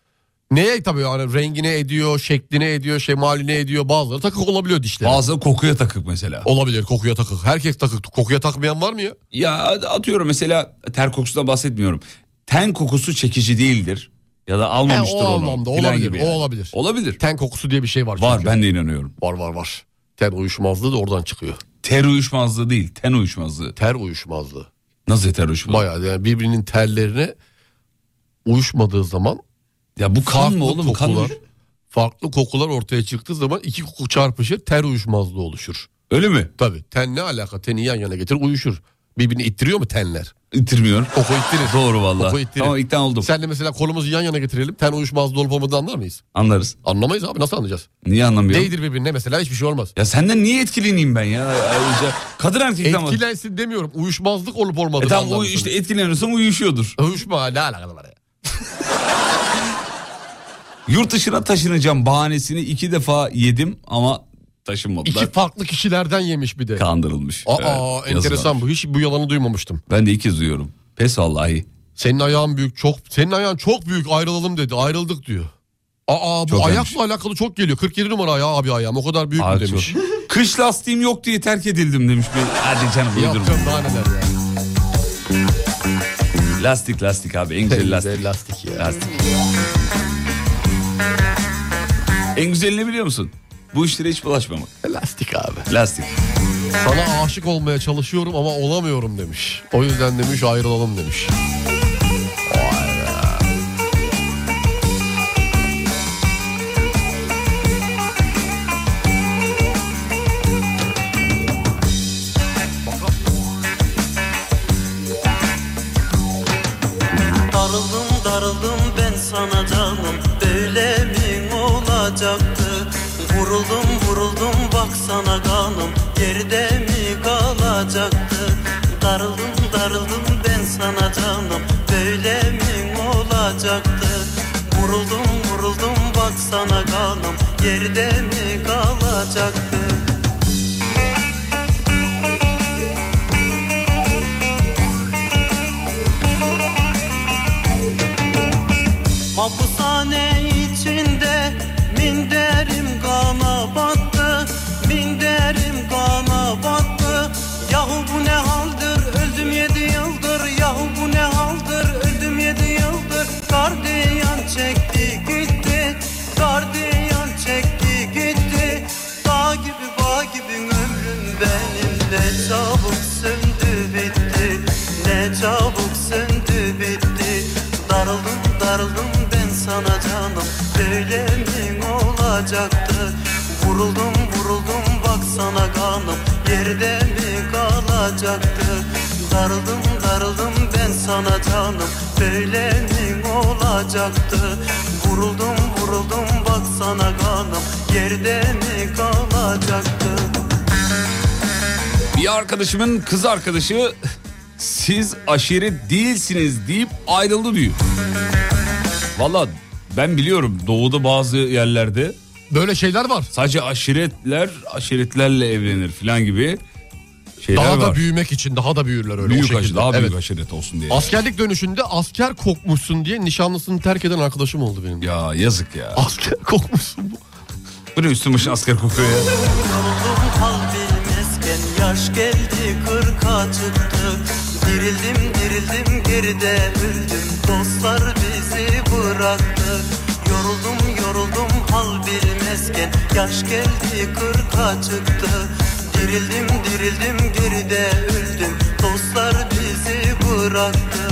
Neye tabii yani rengine ediyor, şekline ediyor, şemaline ediyor. Bazıları takık olabiliyor dişler.
Bazıları kokuya takık mesela.
Olabilir kokuya takık. Herkes takık. Kokuya takmayan var mı ya?
Ya atıyorum mesela ter kokusundan bahsetmiyorum. Ten kokusu çekici değildir. Ya da almamıştır
He, o
onu.
anlamda
Falan
olabilir.
gibi
O
yani.
olabilir.
Olabilir.
Ten kokusu diye bir şey var.
Var
çünkü.
ben de inanıyorum.
Var var var. Ten uyuşmazlığı da oradan çıkıyor.
Ter uyuşmazlığı değil, ten uyuşmazlığı.
Ter uyuşmazlığı.
Nasıl ter uyuşmazlığı?
Bayağı yani birbirinin terlerine uyuşmadığı zaman
ya bu kan mı oğlum?
Kokular,
Kan
farklı kokular ortaya çıktığı zaman iki koku çarpışır, ter uyuşmazlığı oluşur.
Öyle mi?
Tabii. Ten ne alaka? Teni yan yana getir uyuşur. Birbirini ittiriyor mu tenler?
İttirmiyor.
Koku ittirir.
Doğru valla.
Koku ittirir.
Tamam ikna oldum.
Sen de mesela kolumuzu yan yana getirelim. Ten uyuşmazlığı olup olmadığını anlar mıyız?
Anlarız.
Anlamayız abi, nasıl anlayacağız?
Niye anlamıyorum?
Değdir birbirine mesela, hiçbir şey olmaz.
Ya senden niye etkileneyim ben ya? Ayrıca kadın erkekten var.
Etkilensin demiyorum. Uyuşmazlık olup olmadığını
E tamam
anlar
uy-
mısın?
işte etkileniyorsan uyuşuyordur.
Uyuşma ne alakalı var ya?
Yurt dışına taşınacağım bahanesini iki defa yedim ama taşınmadılar.
İki farklı kişilerden yemiş bir de.
Kandırılmış.
Aa
Evet,
enteresan
yazılar.
bu. Hiç bu yalanı duymamıştım.
Ben de iki kez duyuyorum. Pes vallahi.
Senin ayağın büyük, çok senin ayağın çok büyük, ayrılalım dedi. Ayrıldık diyor. Aa bu
Çok
ayakla
yanlış.
alakalı çok geliyor. kırk yedi numara ayağı abi ayağım. O kadar büyük
Aa,
mü demiş.
çok. Kış lastiğim yok diye terk edildim demiş. Bir... Hadi canım uydurma.
Yapacağım daha neler ya.
Lastik lastik abi en güzel lastik.
lastik ya.
Lastik. En güzelini biliyor musun? Bu işlere hiç bulaşmamak.
Lastik abi.
Lastik.
Sana aşık olmaya çalışıyorum ama olamıyorum demiş. O yüzden demiş ayrılalım demiş. Vay be.
Darıldım darıldım ben sana canım, böyle mi olacaktı? Vuruldum vuruldum baksana kanım, geride mi kalacaktı? Darıldım darıldım ben sana canım, böyle mi olacaktı? Vuruldum vuruldum baksana kanım, geride mi kalacaktı? Hapishane içinde minderim kana battı, minderim kana battı. Yahu bu ne haldır, öldüm yedi yıldır. Yahu bu ne haldır, öldüm yedi yıldır. Gardiyan çekti gitti, gardiyan çekti gitti. Dağ gibi bağ gibi ömrüm benim, ne çabuk söndü bitti, ne çabuk söndü bitti. Darıldım darıldım ben sana canım, böyle mi olacaktı? Vuruldum vuruldum baksana kanım, yerde mi kalacaktı? Darıldım darıldım ben sana canım, böyle mi olacaktı? Vuruldum vuruldum baksana yerde mi kalacaktı?
Bir arkadaşımın kız arkadaşı siz aşiret değilsiniz deyip ayrıldı diyor. Valla ben biliyorum doğuda bazı yerlerde
böyle şeyler var.
Sadece aşiretler aşiretlerle evlenir falan gibi şeyler
daha
var.
Daha da büyümek için daha da büyürler öyle.
Büyük aşı, daha büyük
evet.
aşiret olsun diye.
Askerlik dönüşünde asker kokmuşsun diye nişanlısını terk eden arkadaşım oldu benim.
Ya yazık ya.
Asker kokmuşsun bu.
Bu ne üstün başın asker kokuyor ya.
Yoruldum hal bilmezken yaş geldi kırka çıktı. Dirildim dirildim geride öldüm, dostlar bizi bıraktı. Yoruldum yoruldum hal bilmezken yaş geldi kırka çıktı. Dirildim dirildim geride öldüm, dostlar bizi bıraktı.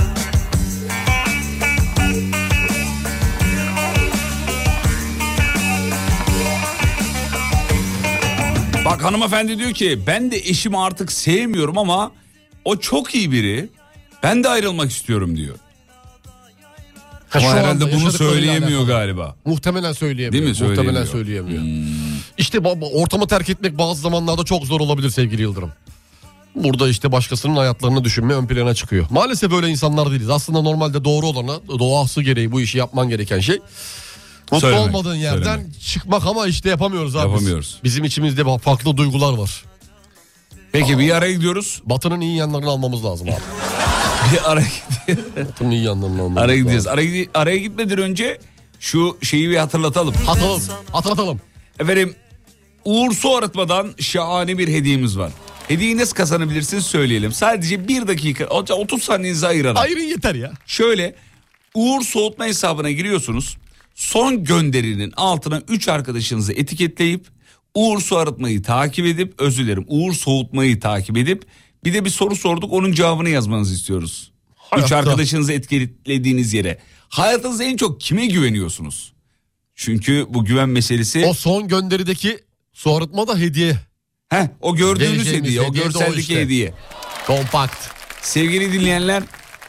Bak hanımefendi diyor ki ben de eşimi artık sevmiyorum ama o çok iyi biri. Ben de ayrılmak istiyorum diyor.
Ha,
ama herhalde bunu
yaşadıklarıyla
söyleyemiyor
alakalı.
galiba.
Muhtemelen söyleyemiyor.
Değil mi?
Muhtemelen
Söyleyemiyor.
söyleyemiyor. Hmm. İşte ortamı terk etmek bazı zamanlarda çok zor olabilir sevgili Yıldırım. Burada işte başkasının hayatlarını düşünme ön plana çıkıyor. Maalesef böyle insanlar değiliz. Aslında normalde doğru olana, doğası gereği bu işi yapman gereken şey mutlu
Söylemek,
olmadığın yerden
söylemek.
çıkmak, ama işte yapamıyoruz abi.
Yapamıyoruz.
Biz. Bizim içimizde farklı duygular var.
Peki Aa, bir araya gidiyoruz.
Batı'nın iyi yanlarını almamız lazım abi.
bir araya gidiyoruz.
Batı'nın iyi yanlarını almamız
araya
lazım.
Gideceğiz. Araya, araya gitmeden önce şu şeyi bir hatırlatalım.
Hatırlatalım. Hatırlatalım.
Efendim Uğur Su Arıtma'dan şahane bir hediyemiz var. Hediyeyi nasıl kazanabilirsiniz söyleyelim. Sadece bir dakika otuz saniyenizi ayırarak.
Ayırın yeter ya.
Şöyle Uğur Soğutma hesabına giriyorsunuz. Son gönderinin altına üç arkadaşınızı etiketleyip Uğur Su Arıtma'yı takip edip özür dilerim Uğur Soğutma'yı takip edip bir de bir soru sorduk, onun cevabını yazmanızı istiyoruz. Hayatta. Üç arkadaşınızı etiketlediğiniz yere. Hayatınızda en çok kime güveniyorsunuz? Çünkü bu güven meselesi.
O son gönderideki su arıtma da hediye.
Heh, o gördüğünüz
Geleceğimiz
hediye, o
hediye
görseldeki
o işte.
hediye.
Kompakt.
Sevgili dinleyenler,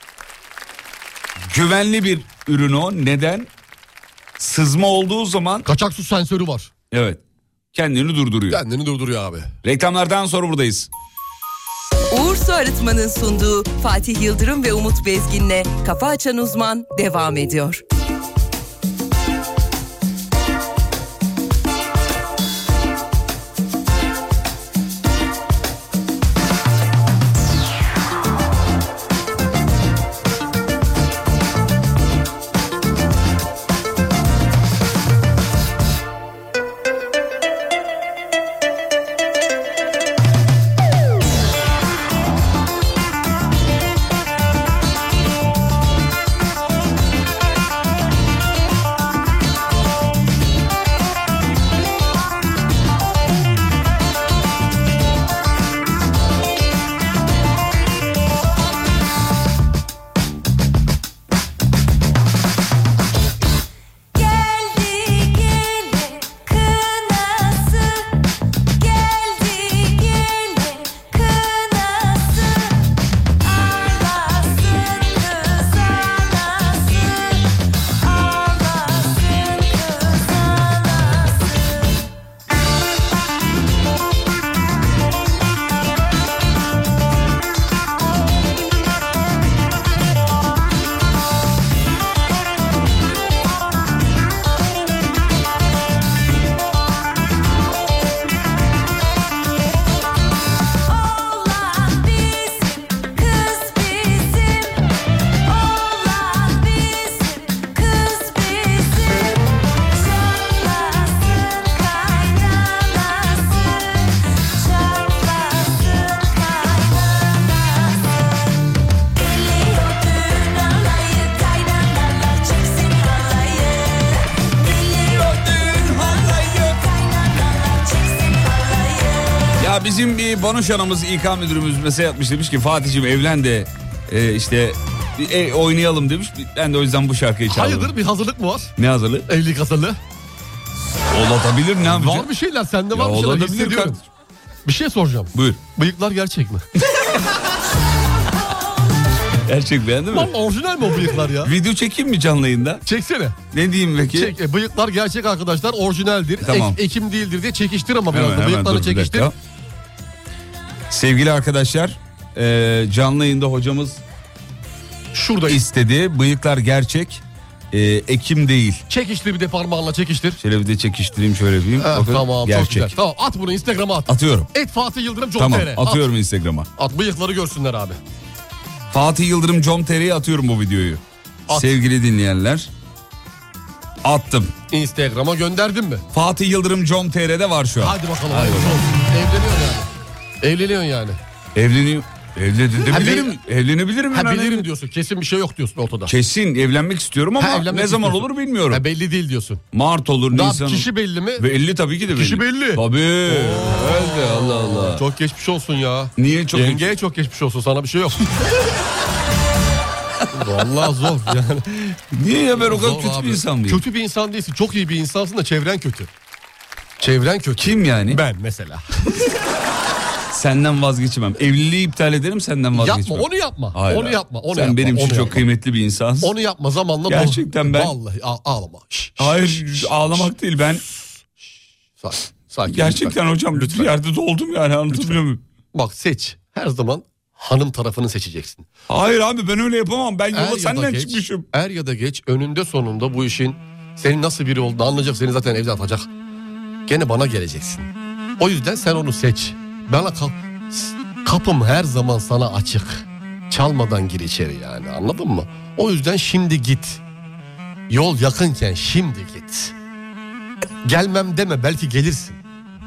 güvenli bir ürün o. Neden? Sızma olduğu zaman...
Kaçak su sensörü var.
Evet. Kendini durduruyor.
Kendini durduruyor abi.
Reklamlardan sonra buradayız.
Uğur Su Arıtma'nın sunduğu Fatih Yıldırım ve Umut Bezgin'le Kafa Açan Uzman devam ediyor.
Bizim bir Banuş Hanımız, İK müdürümüz mesaj atmış, demiş ki Fatih'cim evlen de e, işte e, oynayalım demiş. Ben de o yüzden bu şarkıyı çaldım.
Hayırdır, bir hazırlık mı var?
Ne hazırlığı?
Evlilik hazırlığı.
Olabilir, ne yapacağız?
Var bir şeyler, sende var
ya
bir şeyler,
olabilir
hissediyorum.
kardeşim.
Bir şey soracağım.
Buyur.
Bıyıklar gerçek mi?
Gerçek beğendin mi?
Lan orijinal mi o bıyıklar ya?
Video çekeyim mi canlı yayında?
Çeksene.
Ne diyeyim peki?
Çek, e, bıyıklar gerçek arkadaşlar, orijinaldir.
Tamam.
Ek, ekim değildir diye çekiştir ama biraz
Hemen,
da
hemen,
bıyıkları
dur bir
çekiştir.
dakika. Sevgili arkadaşlar, e, canlı yayında hocamız
şuradayız.
istedi. Bıyıklar gerçek, e, ekim değil.
Çekiştir bir de parmağınla çekiştir.
Şöyle bir de çekiştireyim, şöyle yapayım.
Ha,
Bakın,
tamam
gerçek.
çok güzel. Tamam, at bunu Instagram'a at.
Atıyorum.
Et Fatih Yıldırım com
Tamam,
nokta tr.
atıyorum
at.
Instagram'a.
At bıyıkları görsünler abi.
Fatih Yıldırım com nokta tr'ye atıyorum bu videoyu.
At.
Sevgili dinleyenler. Attım.
Instagram'a gönderdin mi?
Fatih Yıldırım com nokta tr'de var şu an.
Hadi bakalım. Hadi bakalım. Evleniyorsun yani. Evleniyorsun yani.
Evleniyor. Evlenebilirim.
Ha,
Evlenebilirim.
Ha,
yani.
bilirim diyorsun. Kesin bir şey yok diyorsun ortada.
Kesin evlenmek istiyorum ama
Ha, evlenmek
ne zaman
istiyorsun.
olur bilmiyorum.
Ha, belli değil diyorsun.
Mart olur,
Daha
Nisan olur.
kişi belli mi?
Belli tabii ki de belli.
Kişi belli.
Tabii. Öyle, Allah Allah.
Çok geçmiş olsun ya.
Niye çok
Yengeye çok geçmiş olsun, sana bir şey yok. Vallahi zor yani.
Niye ya, ben o kadar
Zor
kötü
abi.
bir insan mıyım?
Kötü bir insan değilsin. Çok iyi bir insansın da çevren kötü. Çevren kötü.
Kim yani?
Ben mesela.
Senden vazgeçemem. Evliliği iptal ederim, senden vazgeçmem.
Yapma, onu yapma.
Hayır,
onu
hayır.
yapma. Onu
Sen
yapma,
benim için
onu
çok
yapma.
kıymetli bir insansın.
Onu yapma zamanla.
Gerçekten ben-
Vallahi ağ- ağlama. Şş, şş,
Hayır,
şş,
ağlamak
şş.
değil, ben
Sakin, sakin.
gerçekten
lütfen.
hocam
Lütfen.
bir yerde doldum yani, anlatabiliyor muyum?
Bak seç. Her zaman hanım tarafını seçeceksin.
Hayır abi, ben öyle yapamam. Ben
Er
yola
ya da
senden
geç,
çıkmışım.
Er ya da geç önünde sonunda bu işin senin nasıl biri olduğunu anlayacak. Seni zaten evde atacak. Gene bana geleceksin. O yüzden sen onu seç. Bana kal. Kapım her zaman sana açık. Çalmadan gir içeri yani, anladın mı? O yüzden şimdi git. Yol yakınken şimdi git. Gelmem deme, belki gelirsin.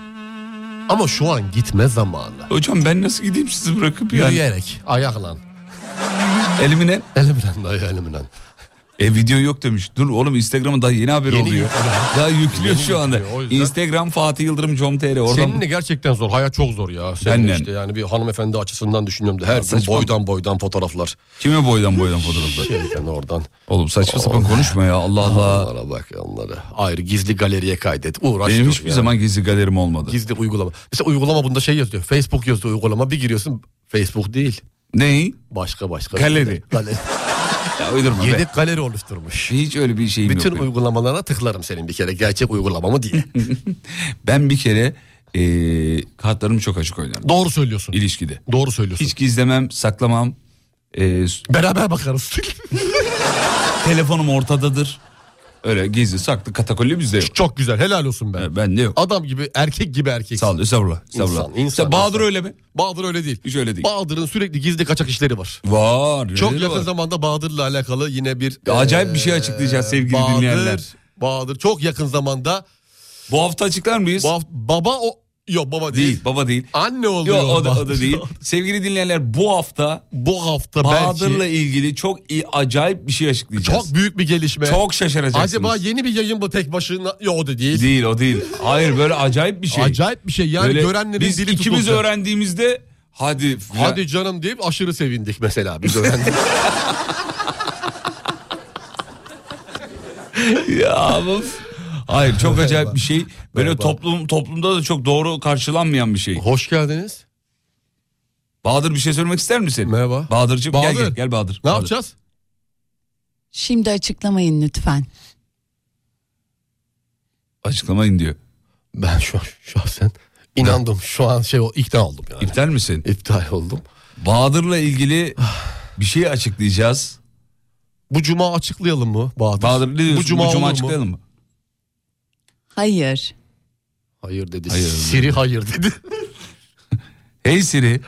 Ama şu an gitme zamanı.
Hocam ben nasıl gideyim sizi bırakıp yani?
Yürüyerek, ayakla.
Elimine.
Elimden dayı, elimden.
E video yok demiş. Dur oğlum, Instagram'ın daha yeni haberi
Yeni
oluyor.
yüklüyor.
Daha yüklüyor
Yeni
şu anda.
yüklüyor, o yüzden-
Instagram Fatih Yıldırım com nokta tr. Oradan
Seninle gerçekten zor. Hayat çok zor ya. Seninle
Benden.
işte yani bir hanımefendi açısından düşünüyorum da her gün
saçma.
boydan boydan fotoğraflar.
kime boydan boydan fotoğraflar?
Şeyden oradan.
Oğlum saçma sapan konuşma ya, Allah Allah.
Onlara bak, onları. Ayrı gizli galeriye kaydet. Uğraş.
Benim
dur
hiçbir
yani.
zaman gizli galerim olmadı.
Gizli uygulama. Mesela uygulama bunda şey yazıyor. Facebook yazıyor uygulama. Bir giriyorsun, Facebook değil.
Ney?
Başka başka.
Galeri.
Galeri.
Ya uydurma be.
Yedek galeri oluşturmuş.
Hiç öyle bir şeyim
Bütün
yok. benim.
uygulamalarına tıklarım senin bir kere. Gerçek uygulama mı diye.
Ben bir kere e, kartlarımı çok açık oynarım.
Doğru söylüyorsun.
İlişkide.
Doğru söylüyorsun.
Hiç gizlemem, saklamam. E,
Beraber bakarız.
telefonum ortadadır. Öyle gizli saklı katakulli bizde yok.
Çok güzel, helal olsun be.
E, ben de yok.
Adam gibi, erkek gibi erkek.
Sağ ol, estağfurullah. estağfurullah.
İnsan, insan,
Sen Bahadır
insan.
öyle mi?
Bahadır öyle değil.
Hiç öyle değil.
Bahadır'ın sürekli gizli kaçak işleri var.
Var.
Çok
öyle de
yakın
var.
zamanda Bahadır'la alakalı yine bir...
Acayip bir şey açıklayacağız sevgili
Bahadır,
dinleyenler.
Bahadır çok yakın zamanda...
Bu hafta açıklar mıyız?
Bu hafta, baba o... Yok baba değil.
Değil, baba değil.
Anne oluyor.
Yok o da, o da
Bahadır.
değil. Sevgili dinleyenler, bu hafta
Bu hafta
Bahadır'la
belki
ilgili çok iyi, acayip bir şey açıklayacağız.
çok büyük bir gelişme.
Çok şaşıracaksınız.
Acaba yeni bir yayın mı tek başına? Yok o da değil.
Değil, o değil. Hayır, böyle acayip bir şey.
Acayip bir şey yani,
Böyle
görenlerin
biz
dili
ikimiz
tutulacak.
öğrendiğimizde hadi
Hadi canım deyip aşırı sevindik mesela biz öğrendik.
ya bu- Hayır, çok acayip bir şey. Böyle
Merhaba.
toplum toplumda da çok doğru karşılanmayan bir şey.
Hoş geldiniz.
Bahadır, bir şey söylemek ister misin?
Merhaba.
Bahadır'cığım gel
Bahadır.
gel gel Bahadır.
Ne
Bahadır.
yapacağız?
Şimdi açıklamayın lütfen.
Açıklamayın diyor.
Ben şu an şahsen inandım. Şu an şey o ikna oldum yani.
İptal misin?
İptal oldum.
Bahadır'la ilgili bir şey açıklayacağız.
Bu cuma açıklayalım mı Bahadır?
Bahadır ne diyorsun?
Bu cuma,
Bu cuma
olur
açıklayalım
mu?
mı?
Hayır.
Hayır dedi.
Hayır.
Siri hayır dedi.
Hey Siri.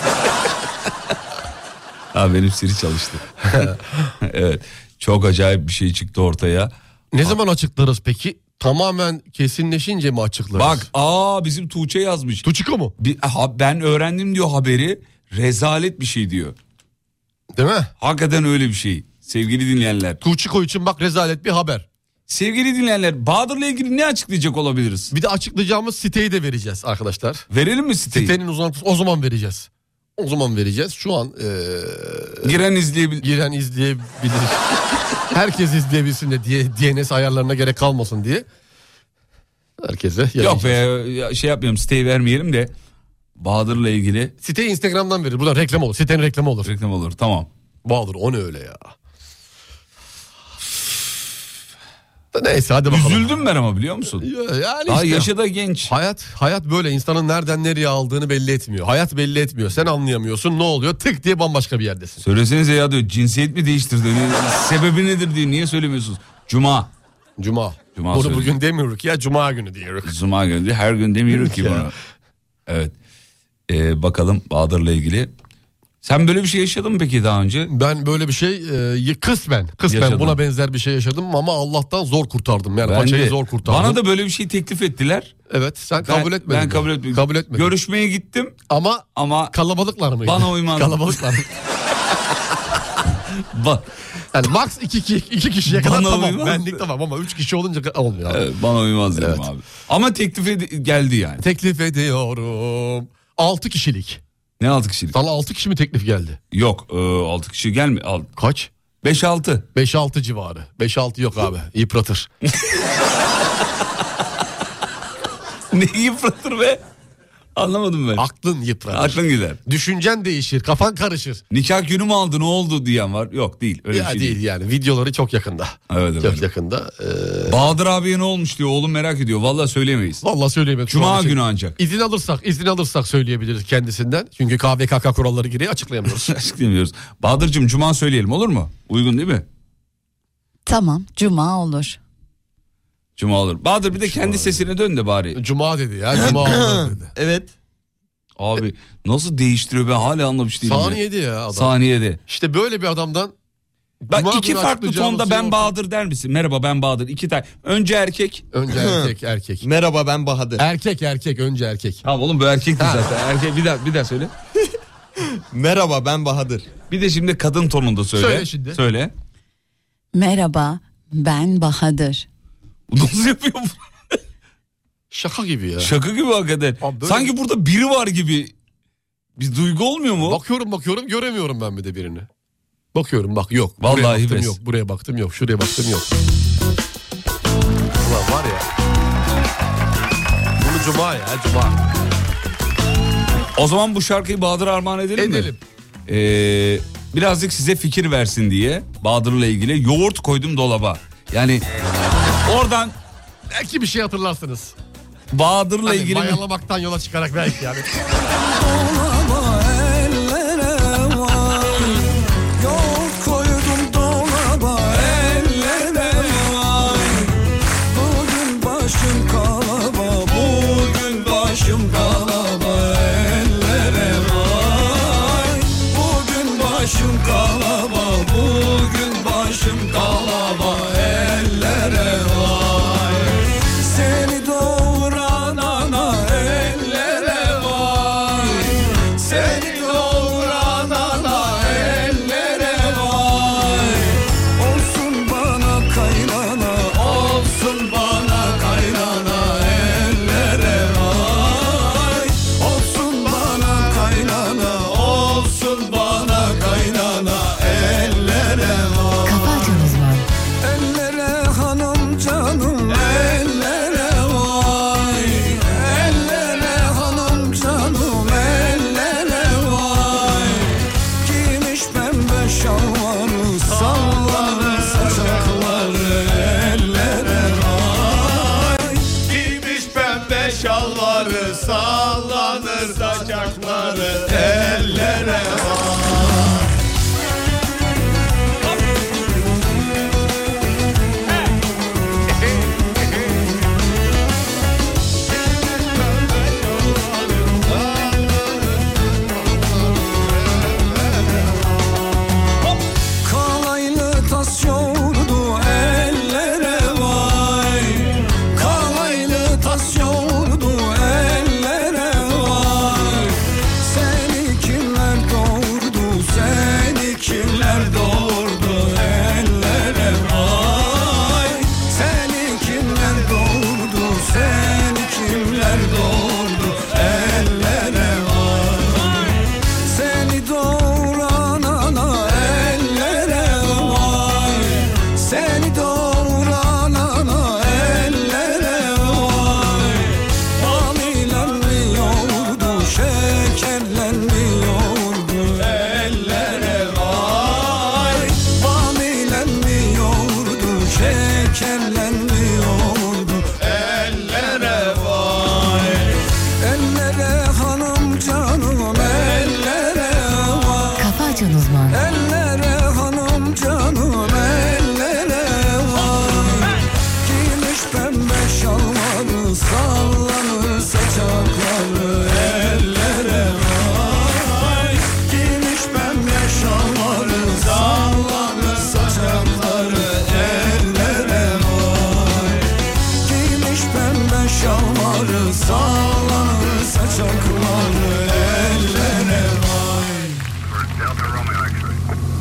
Ha, benim Siri çalıştı. Evet. Çok acayip bir şey çıktı ortaya.
Ne zaman açıklarız peki? Tamamen kesinleşince mi açıklarız?
Bak, aa bizim Tuğçe yazmış.
Tuçiko mu?
Bir, ha, ben öğrendim diyor haberi. Rezalet bir şey diyor.
Değil mi?
Hakikaten öyle bir şey. Sevgili dinleyenler.
Tuçiko için bak rezalet bir haber.
Sevgili dinleyenler, Bahadır'la ilgili ne açıklayacak olabiliriz?
Bir de açıklayacağımız siteyi de vereceğiz arkadaşlar.
Verelim mi siteyi?
Sitenin uzantısı o zaman vereceğiz. O zaman vereceğiz. Şu an ee,
Giren izleyebilir.
giren izleyebilir. Herkes izleyebilsin de diye D N S ayarlarına gerek kalmasın diye. Herkese yayacağız.
Yok be, ya şey yapmayalım, siteyi vermeyelim de Bahadır'la ilgili
Siteyi Instagram'dan verir. Buradan reklam olur. Sitenin reklamı olur.
reklam olur. Tamam.
Bahadır o ne öyle ya? Neyse hadi bakalım.
Üzüldüm ben ama biliyor musun?
Ya, yani
Daha
işte,
yaşı da genç.
Hayat hayat böyle insanın nereden nereye aldığını belli etmiyor. Hayat belli etmiyor. Sen anlayamıyorsun, ne oluyor? Tık diye bambaşka bir yerdesin.
Söylesenize ya diyor, cinsiyet mi değiştirdi? Sebebi nedir diye niye söylemiyorsunuz? Cuma.
Cuma.
Cuma
bunu
söyle.
bugün demiyoruz ya, Cuma günü diyoruz.
Cuma günü diye, her gün demiyoruz ki bunu. Evet. Ee, bakalım Bahadır'la ilgili. Sen böyle bir şey yaşadın mı peki daha önce?
Ben böyle bir şey e, kısmen kısmen
Yaşadım.
buna benzer bir şey yaşadım ama Allah'tan zor kurtardım. Yani
Ben
paçayı
de.
zor kurtardım.
Bana da böyle bir şey teklif ettiler.
Evet, sen
Ben-
kabul etmedin.
Ben
mi?
kabul etmedim.
Kabul etmedim.
Görüşmeye gittim
Ama
ama
kalabalıklar mıydı?
bana uymaz.
Kalabalıklar.
Ba-
Yani max iki, iki, iki kişiye kadar
Bana
tamam.
uymaz.
Benlik tamam ama üç kişi olunca olmuyor. Abi.
Evet, bana uymaz dedim
Evet.
abi. Ama teklif ed- geldi yani.
Teklif ediyorum. Altı kişilik.
Ne altı kişilik?
Sana altı kişi mi teklif geldi?
Yok e, altı kişi gelme. Al-
Kaç?
beş altı.
beş altı civarı. beş altı yok abi. Yıpratır.
Ne yıpratır be? Anlamadım ben.
Aklın yıpratır.
Aklın gider.
Düşüncen değişir. Kafan karışır.
Nikah günü mü aldı, ne oldu diyen var. Yok değil. Öyle
Ya
bir şey
değil,
değil.
yani. Videoları çok yakında.
Evet,
Çok
evet.
yakında. Ee,
Bahadır abiye ne olmuş diyor. Oğlum merak ediyor. Vallahi söyleyemeyiz.
Vallahi söyleyemedim. Şu
Cuma
an için.
günü ancak.
İzin alırsak, izin alırsak söyleyebiliriz kendisinden. Çünkü K V K K kuralları gereği açıklayamıyoruz.
Açıklayamıyoruz. Bahadır'cığım Cuma söyleyelim, olur mu? Uygun değil mi?
Tamam, Cuma olur.
Cuma olur. Bahadır bir de kendi sesine dön de bari.
Cuma dedi ya. Cuma olur dedi.
Evet.
Abi nasıl değiştiriyor, ben hala anlamış değilim. ya.
Saniyede ya adam.
Saniyede.
İşte böyle bir adamdan.
Bak
Cuma
iki
günü
farklı
açıklayacağımız
tonda
şey
ben
olsun.
Bahadır der misin? Merhaba ben Bahadır. İki tane. Önce erkek.
Önce erkek erkek.
Merhaba ben Bahadır.
Erkek erkek önce erkek.
Tamam oğlum, bu erkekti zaten. Erkek, bir daha bir daha söyle.
Merhaba ben Bahadır.
Bir de şimdi kadın tonunda söyle.
Söyle şimdi.
Söyle.
Merhaba, ben Bahadır.
Nasıl yapıyor bu?
Şaka gibi ya.
Şaka gibi hakikaten.
Abi böyle-
Sanki burada biri var gibi. Bir duygu olmuyor mu?
Bakıyorum bakıyorum göremiyorum ben bir de birini. Bakıyorum bak yok.
Vallahi
buraya baktım
bes.
yok. Buraya baktım yok. Şuraya baktım yok. Ulan var ya. Bunu Cuma ya Cuma.
O zaman bu şarkıyı Bahadır'a armağan edelim, mi?
Edelim.
Ee, birazcık size fikir versin diye Bahadır'la ilgili yoğurt koydum dolaba. Yani oradan
Belki bir şey hatırlarsınız.
Bahadır'la
Hani
ilgili...
mayalamaktan yola çıkarak belki yani.
Yoğurt koydum dolaba ellere vay. Bugün başım kalaba, bugün başım kalaba ellere vay. Bugün başım kalaba, bugün başım kalaba ellere vay. Seni doğuran ana ellere vay. Seni doğuran ana ellere vay. Olsun bana kaynana, olsun bana kaynana ellere vay. Olsun bana kaynana, olsun bana kaynana ellere vay. Ellere hanım canım, ellere vay. Ellere hanım canım, ellere vay. Giymiş pembe şalvarı, sallanır saçakları ellere vay. Giymiş pembe şalvarı, sallanır saçakları ellere vay. Kalaylı tas yoğurdu ellere vay. Kalaylı tas yoğurdu ellere vay. Seni kimler doğurdu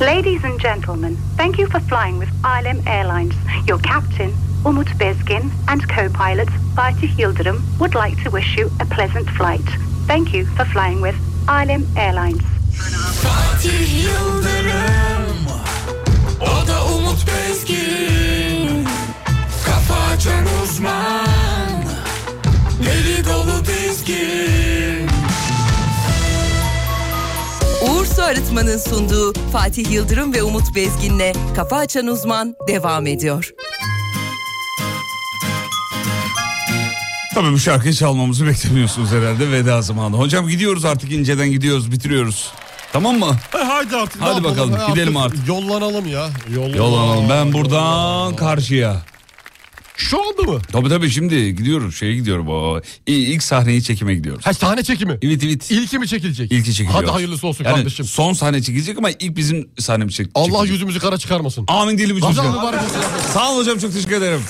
Ladies and gentlemen, thank you for flying with Alem Airlines. Your captain, Umut Bezgin, and co-pilot Fatih Yıldırım would like to wish you a pleasant flight. Thank you for flying with Alem Airlines.
Fatih Yıldırım, o da Umut Bezgin, kafa açan uzman, deli dolu dizgin.
Uğur Su Arıtma'nın sunduğu Fatih Yıldırım ve Umut Bezgin'le Kafa Açan Uzman devam ediyor.
Tabii bu şarkıyı çalmamızı beklemiyorsunuz herhalde, veda zamanı. Hocam gidiyoruz artık, inceden gidiyoruz, bitiriyoruz. Tamam mı?
E, haydi artık.
Hadi bakalım
E,
gidelim artık.
Yollanalım ya. Yollanalım.
Yollanalım. Ben buradan karşıya.
Şu anda mı?
Tabii tabii şimdi gidiyoruz. Şeye gidiyorum. O. İlk sahneyi çekime gidiyoruz.
Ha, sahne çekimi.
Evet evet.
İlki mi çekilecek?
İlki çekiliyor.
Hadi hayırlısı olsun
yani
kardeşim.
Son sahne çekilecek ama ilk bizim sahnemiz çek-
Allah
çekilecek.
yüzümüzü kara çıkarmasın.
Amin diyelim.
Ramazan mübarek olsun.
Sağ olun hocam, çok teşekkür ederim.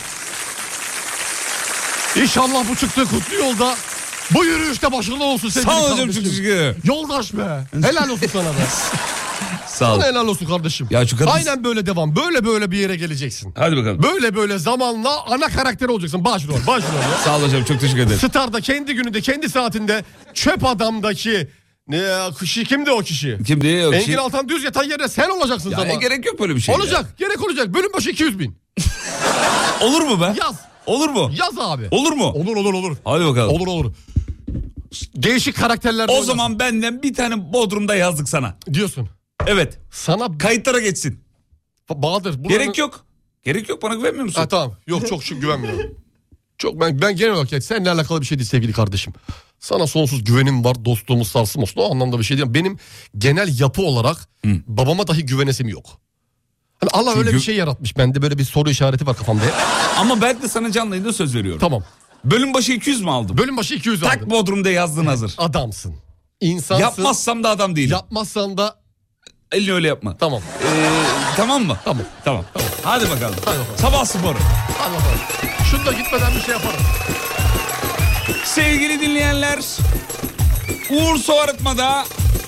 İnşallah bu çıktığı kutlu yolda bu yürüyüşte başarılı olsun sevgili
Sağ olun hocam,
kardeşim.
çok teşekkür ederim.
Yoldaş be. Helal olsun sana be.
Sağ ol.
Sana helal olsun kardeşim.
Ya şu kadın...
Aynen böyle devam. Böyle böyle bir yere geleceksin.
Hadi bakalım.
Böyle böyle zamanla ana karakter olacaksın. Başrol, başrol ya.
Sağ ol hocam, çok teşekkür ederim.
Star'da kendi gününde, kendi saatinde Çöp Adam'daki ne kişi kimdi o kişi?
Kimdi o kişi?
Engin Altan Düz yatan yerine sen olacaksın
Ya
zaman.
e, gerek yok böyle bir şey.
Olacak,
Ya.
gerek olacak. Bölüm başı iki yüz bin.
Olur mu be?
Yaz.
Olur mu?
Yaz abi.
Olur mu?
Olur olur olur.
Hadi bakalım.
Olur olur. Değişik karakterler.
O zaman benden bir tane Bodrum'da yazdık sana.
Diyorsun.
Evet.
Sana
kayıtlara geçsin.
Bahadır. Buranın...
Gerek yok. Gerek yok, bana güvenmiyor musun?
Ha, tamam. Yok, çok şık güvenmiyorum. Çok ben ben genel olarak yani seninle alakalı bir şey değil sevgili kardeşim. Sana sonsuz güvenim var, dostluğumuz sarsılmasın, o anlamda bir şey değil. Benim genel yapı olarak Hı. babama dahi güvenesim yok. Hani Allah Çünkü... öyle bir şey yaratmış, bende böyle bir soru işareti var kafamda.
Ama ben de sana canlı yayında söz veriyorum.
Tamam.
Bölüm başı iki yüz mü aldım?
Bölüm başı iki yüz aldım.
Tak Bodrum'da yazdın hazır.
Adamsın. İnsansın.
Yapmazsam da adam değilim.
Yapmazsan da
elini öyle yapma.
Tamam.
Ee, tamam mı?
Tamam.
Tamam.
Tamam.
Hadi bakalım.
Hadi bakalım.
Sabah sporu.
Hadi bakalım. Şunu da gitmeden bir şey yaparım.
Sevgili dinleyenler, Uğur Su Arıtma'da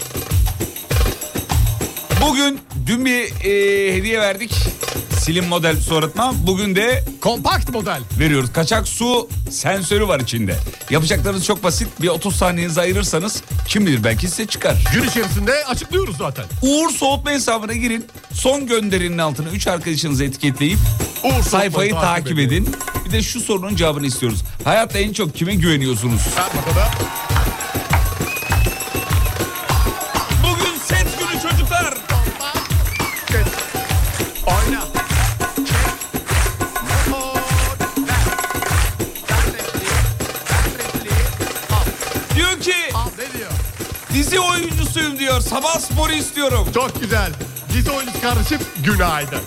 bugün dün bir e, hediye verdik. Slim model su arıtma. Bugün de
kompakt model
veriyoruz. Kaçak su sensörü var içinde. Yapacaklarınız çok basit. Bir otuz saniyenizi ayırırsanız kim bilir belki size çıkar.
Gün içerisinde açıklıyoruz zaten.
Uğur Soğutma hesabına girin. Son gönderinin altına üç arkadaşınızı etiketleyip Uğur sayfayı takip, takip edin. edin. Bir de şu sorunun cevabını istiyoruz. Hayatta en çok kime güveniyorsunuz? Bugün set günü çocuklar.
Oyna.
Diyor ki
ne diyor?
Dizi oyuncusuyum diyor. Sabah sporu istiyorum.
Çok güzel. Dizi oyuncusu kardeşim günaydın.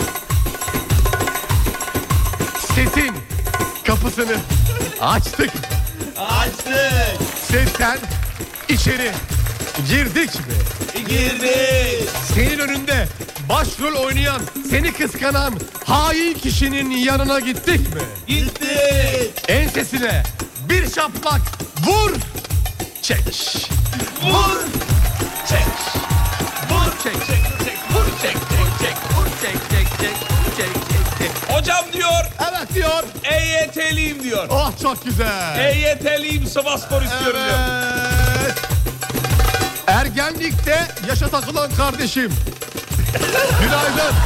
Setin kapısını açtık.
Açtık.
Setten içeri girdik mi?
Girdik.
Senin önünde başrol oynayan, seni kıskanan hain kişinin yanına gittik mi?
Gittik.
Ensesine bir şaplak vur, çek.
Vur, çek.
Vur, çek.
Çek, vur, çek, çek, çek. Vur, çek, çek, çek. Vur, çek, çek, çek.
Hocam diyor.
Evet diyor.
E Y T'liyim diyor.
Oh çok güzel.
E Y T'liyim, sabah spor istiyorum
evet. diyor. Ergenlikte yaşa takılan kardeşim. Günaydın.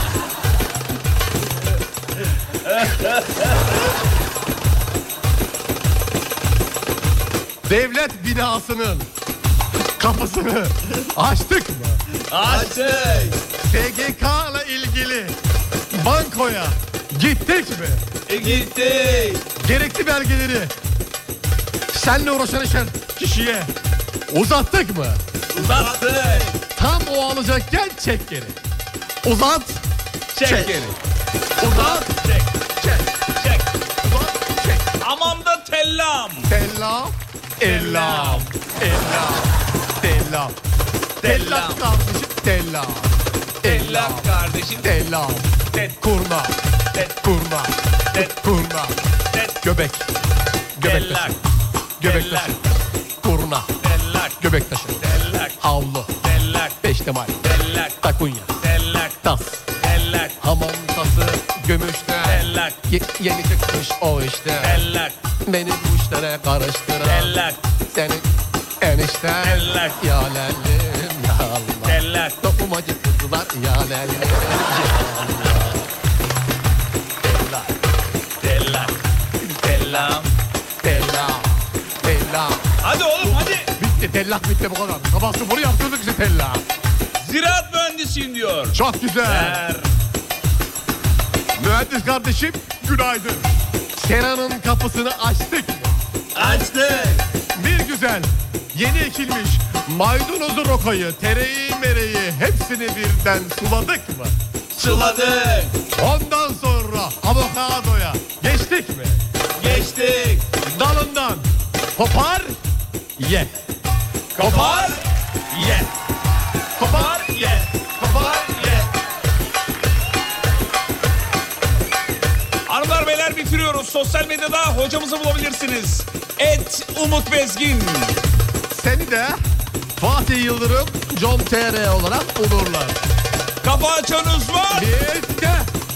Devlet binasının kapısını açtık mı?
Açtık.
S G K ile ilgili bankoya gittik mi?
E gittik.
Gerekli belgeleri seninle uğraşan işen kişiye uzattık mı?
Uzattık.
Tam o alacakken çek geri. Uzat.
Çek,
çek
geri.
Uzat.
Çek.
Çek.
Çek.
Uzat. Çek.
Aman da tellam.
Tellam. Ellam. Ellam. Tellam. Tellam kardeşim. Tellam.
Tellam kardeşim.
Tellam.
Tet.
Kurna.
Tet.
Kurna.
Tet.
Kurna.
Tet.
Göbek. Göbek
Tellak.
taşı. Göbek taşı. Kurna.
Tellak.
Göbek taşı.
Tellak.
Havlu.
Tellak.
Beştemal.
Tellak.
Takunya.
Tellak.
tas.
Tellak.
Hamam tası gümüşte.
Tellak.
Ye- yeni çıkmış o işte.
Tellak.
Beni bu işlere karıştıran.
Tellak.
Senin enişte.
Tellak.
Ya lellim ya Allah.
Tellak.
Dokumacı kızlar ya lellim ya Allah. Tellak.
Tellak. Tellam.
Tellak. Tellak.
Hadi oğlum hadi.
Bitti tellak bitti bu kadar. Sabah sporu yaptırdık işte tellak.
Ziraat mühendisiyim diyor.
Çok güzel.
Ver.
Mühendis kardeşim günaydın. Sera'nın kapısını açtık.
Açtık.
Bir güzel yeni ekilmiş maydanozu rokayı, tereyi mereyi hepsini birden suladık mı?
Suladık.
Ondan sonra avokadoya geçtik mi?
Geçtik.
Dalından kopar ye.
Kopar. Ye. Kopar. Ye. Kopar. Ye. Hanımlar beyler bitiriyoruz. Sosyal medyada hocamızı bulabilirsiniz. Et Umut Bezgin.
Seni de Fatih Yıldırım com nokta tr olarak bulurlar.
Kafa açan uzman.
Bitti.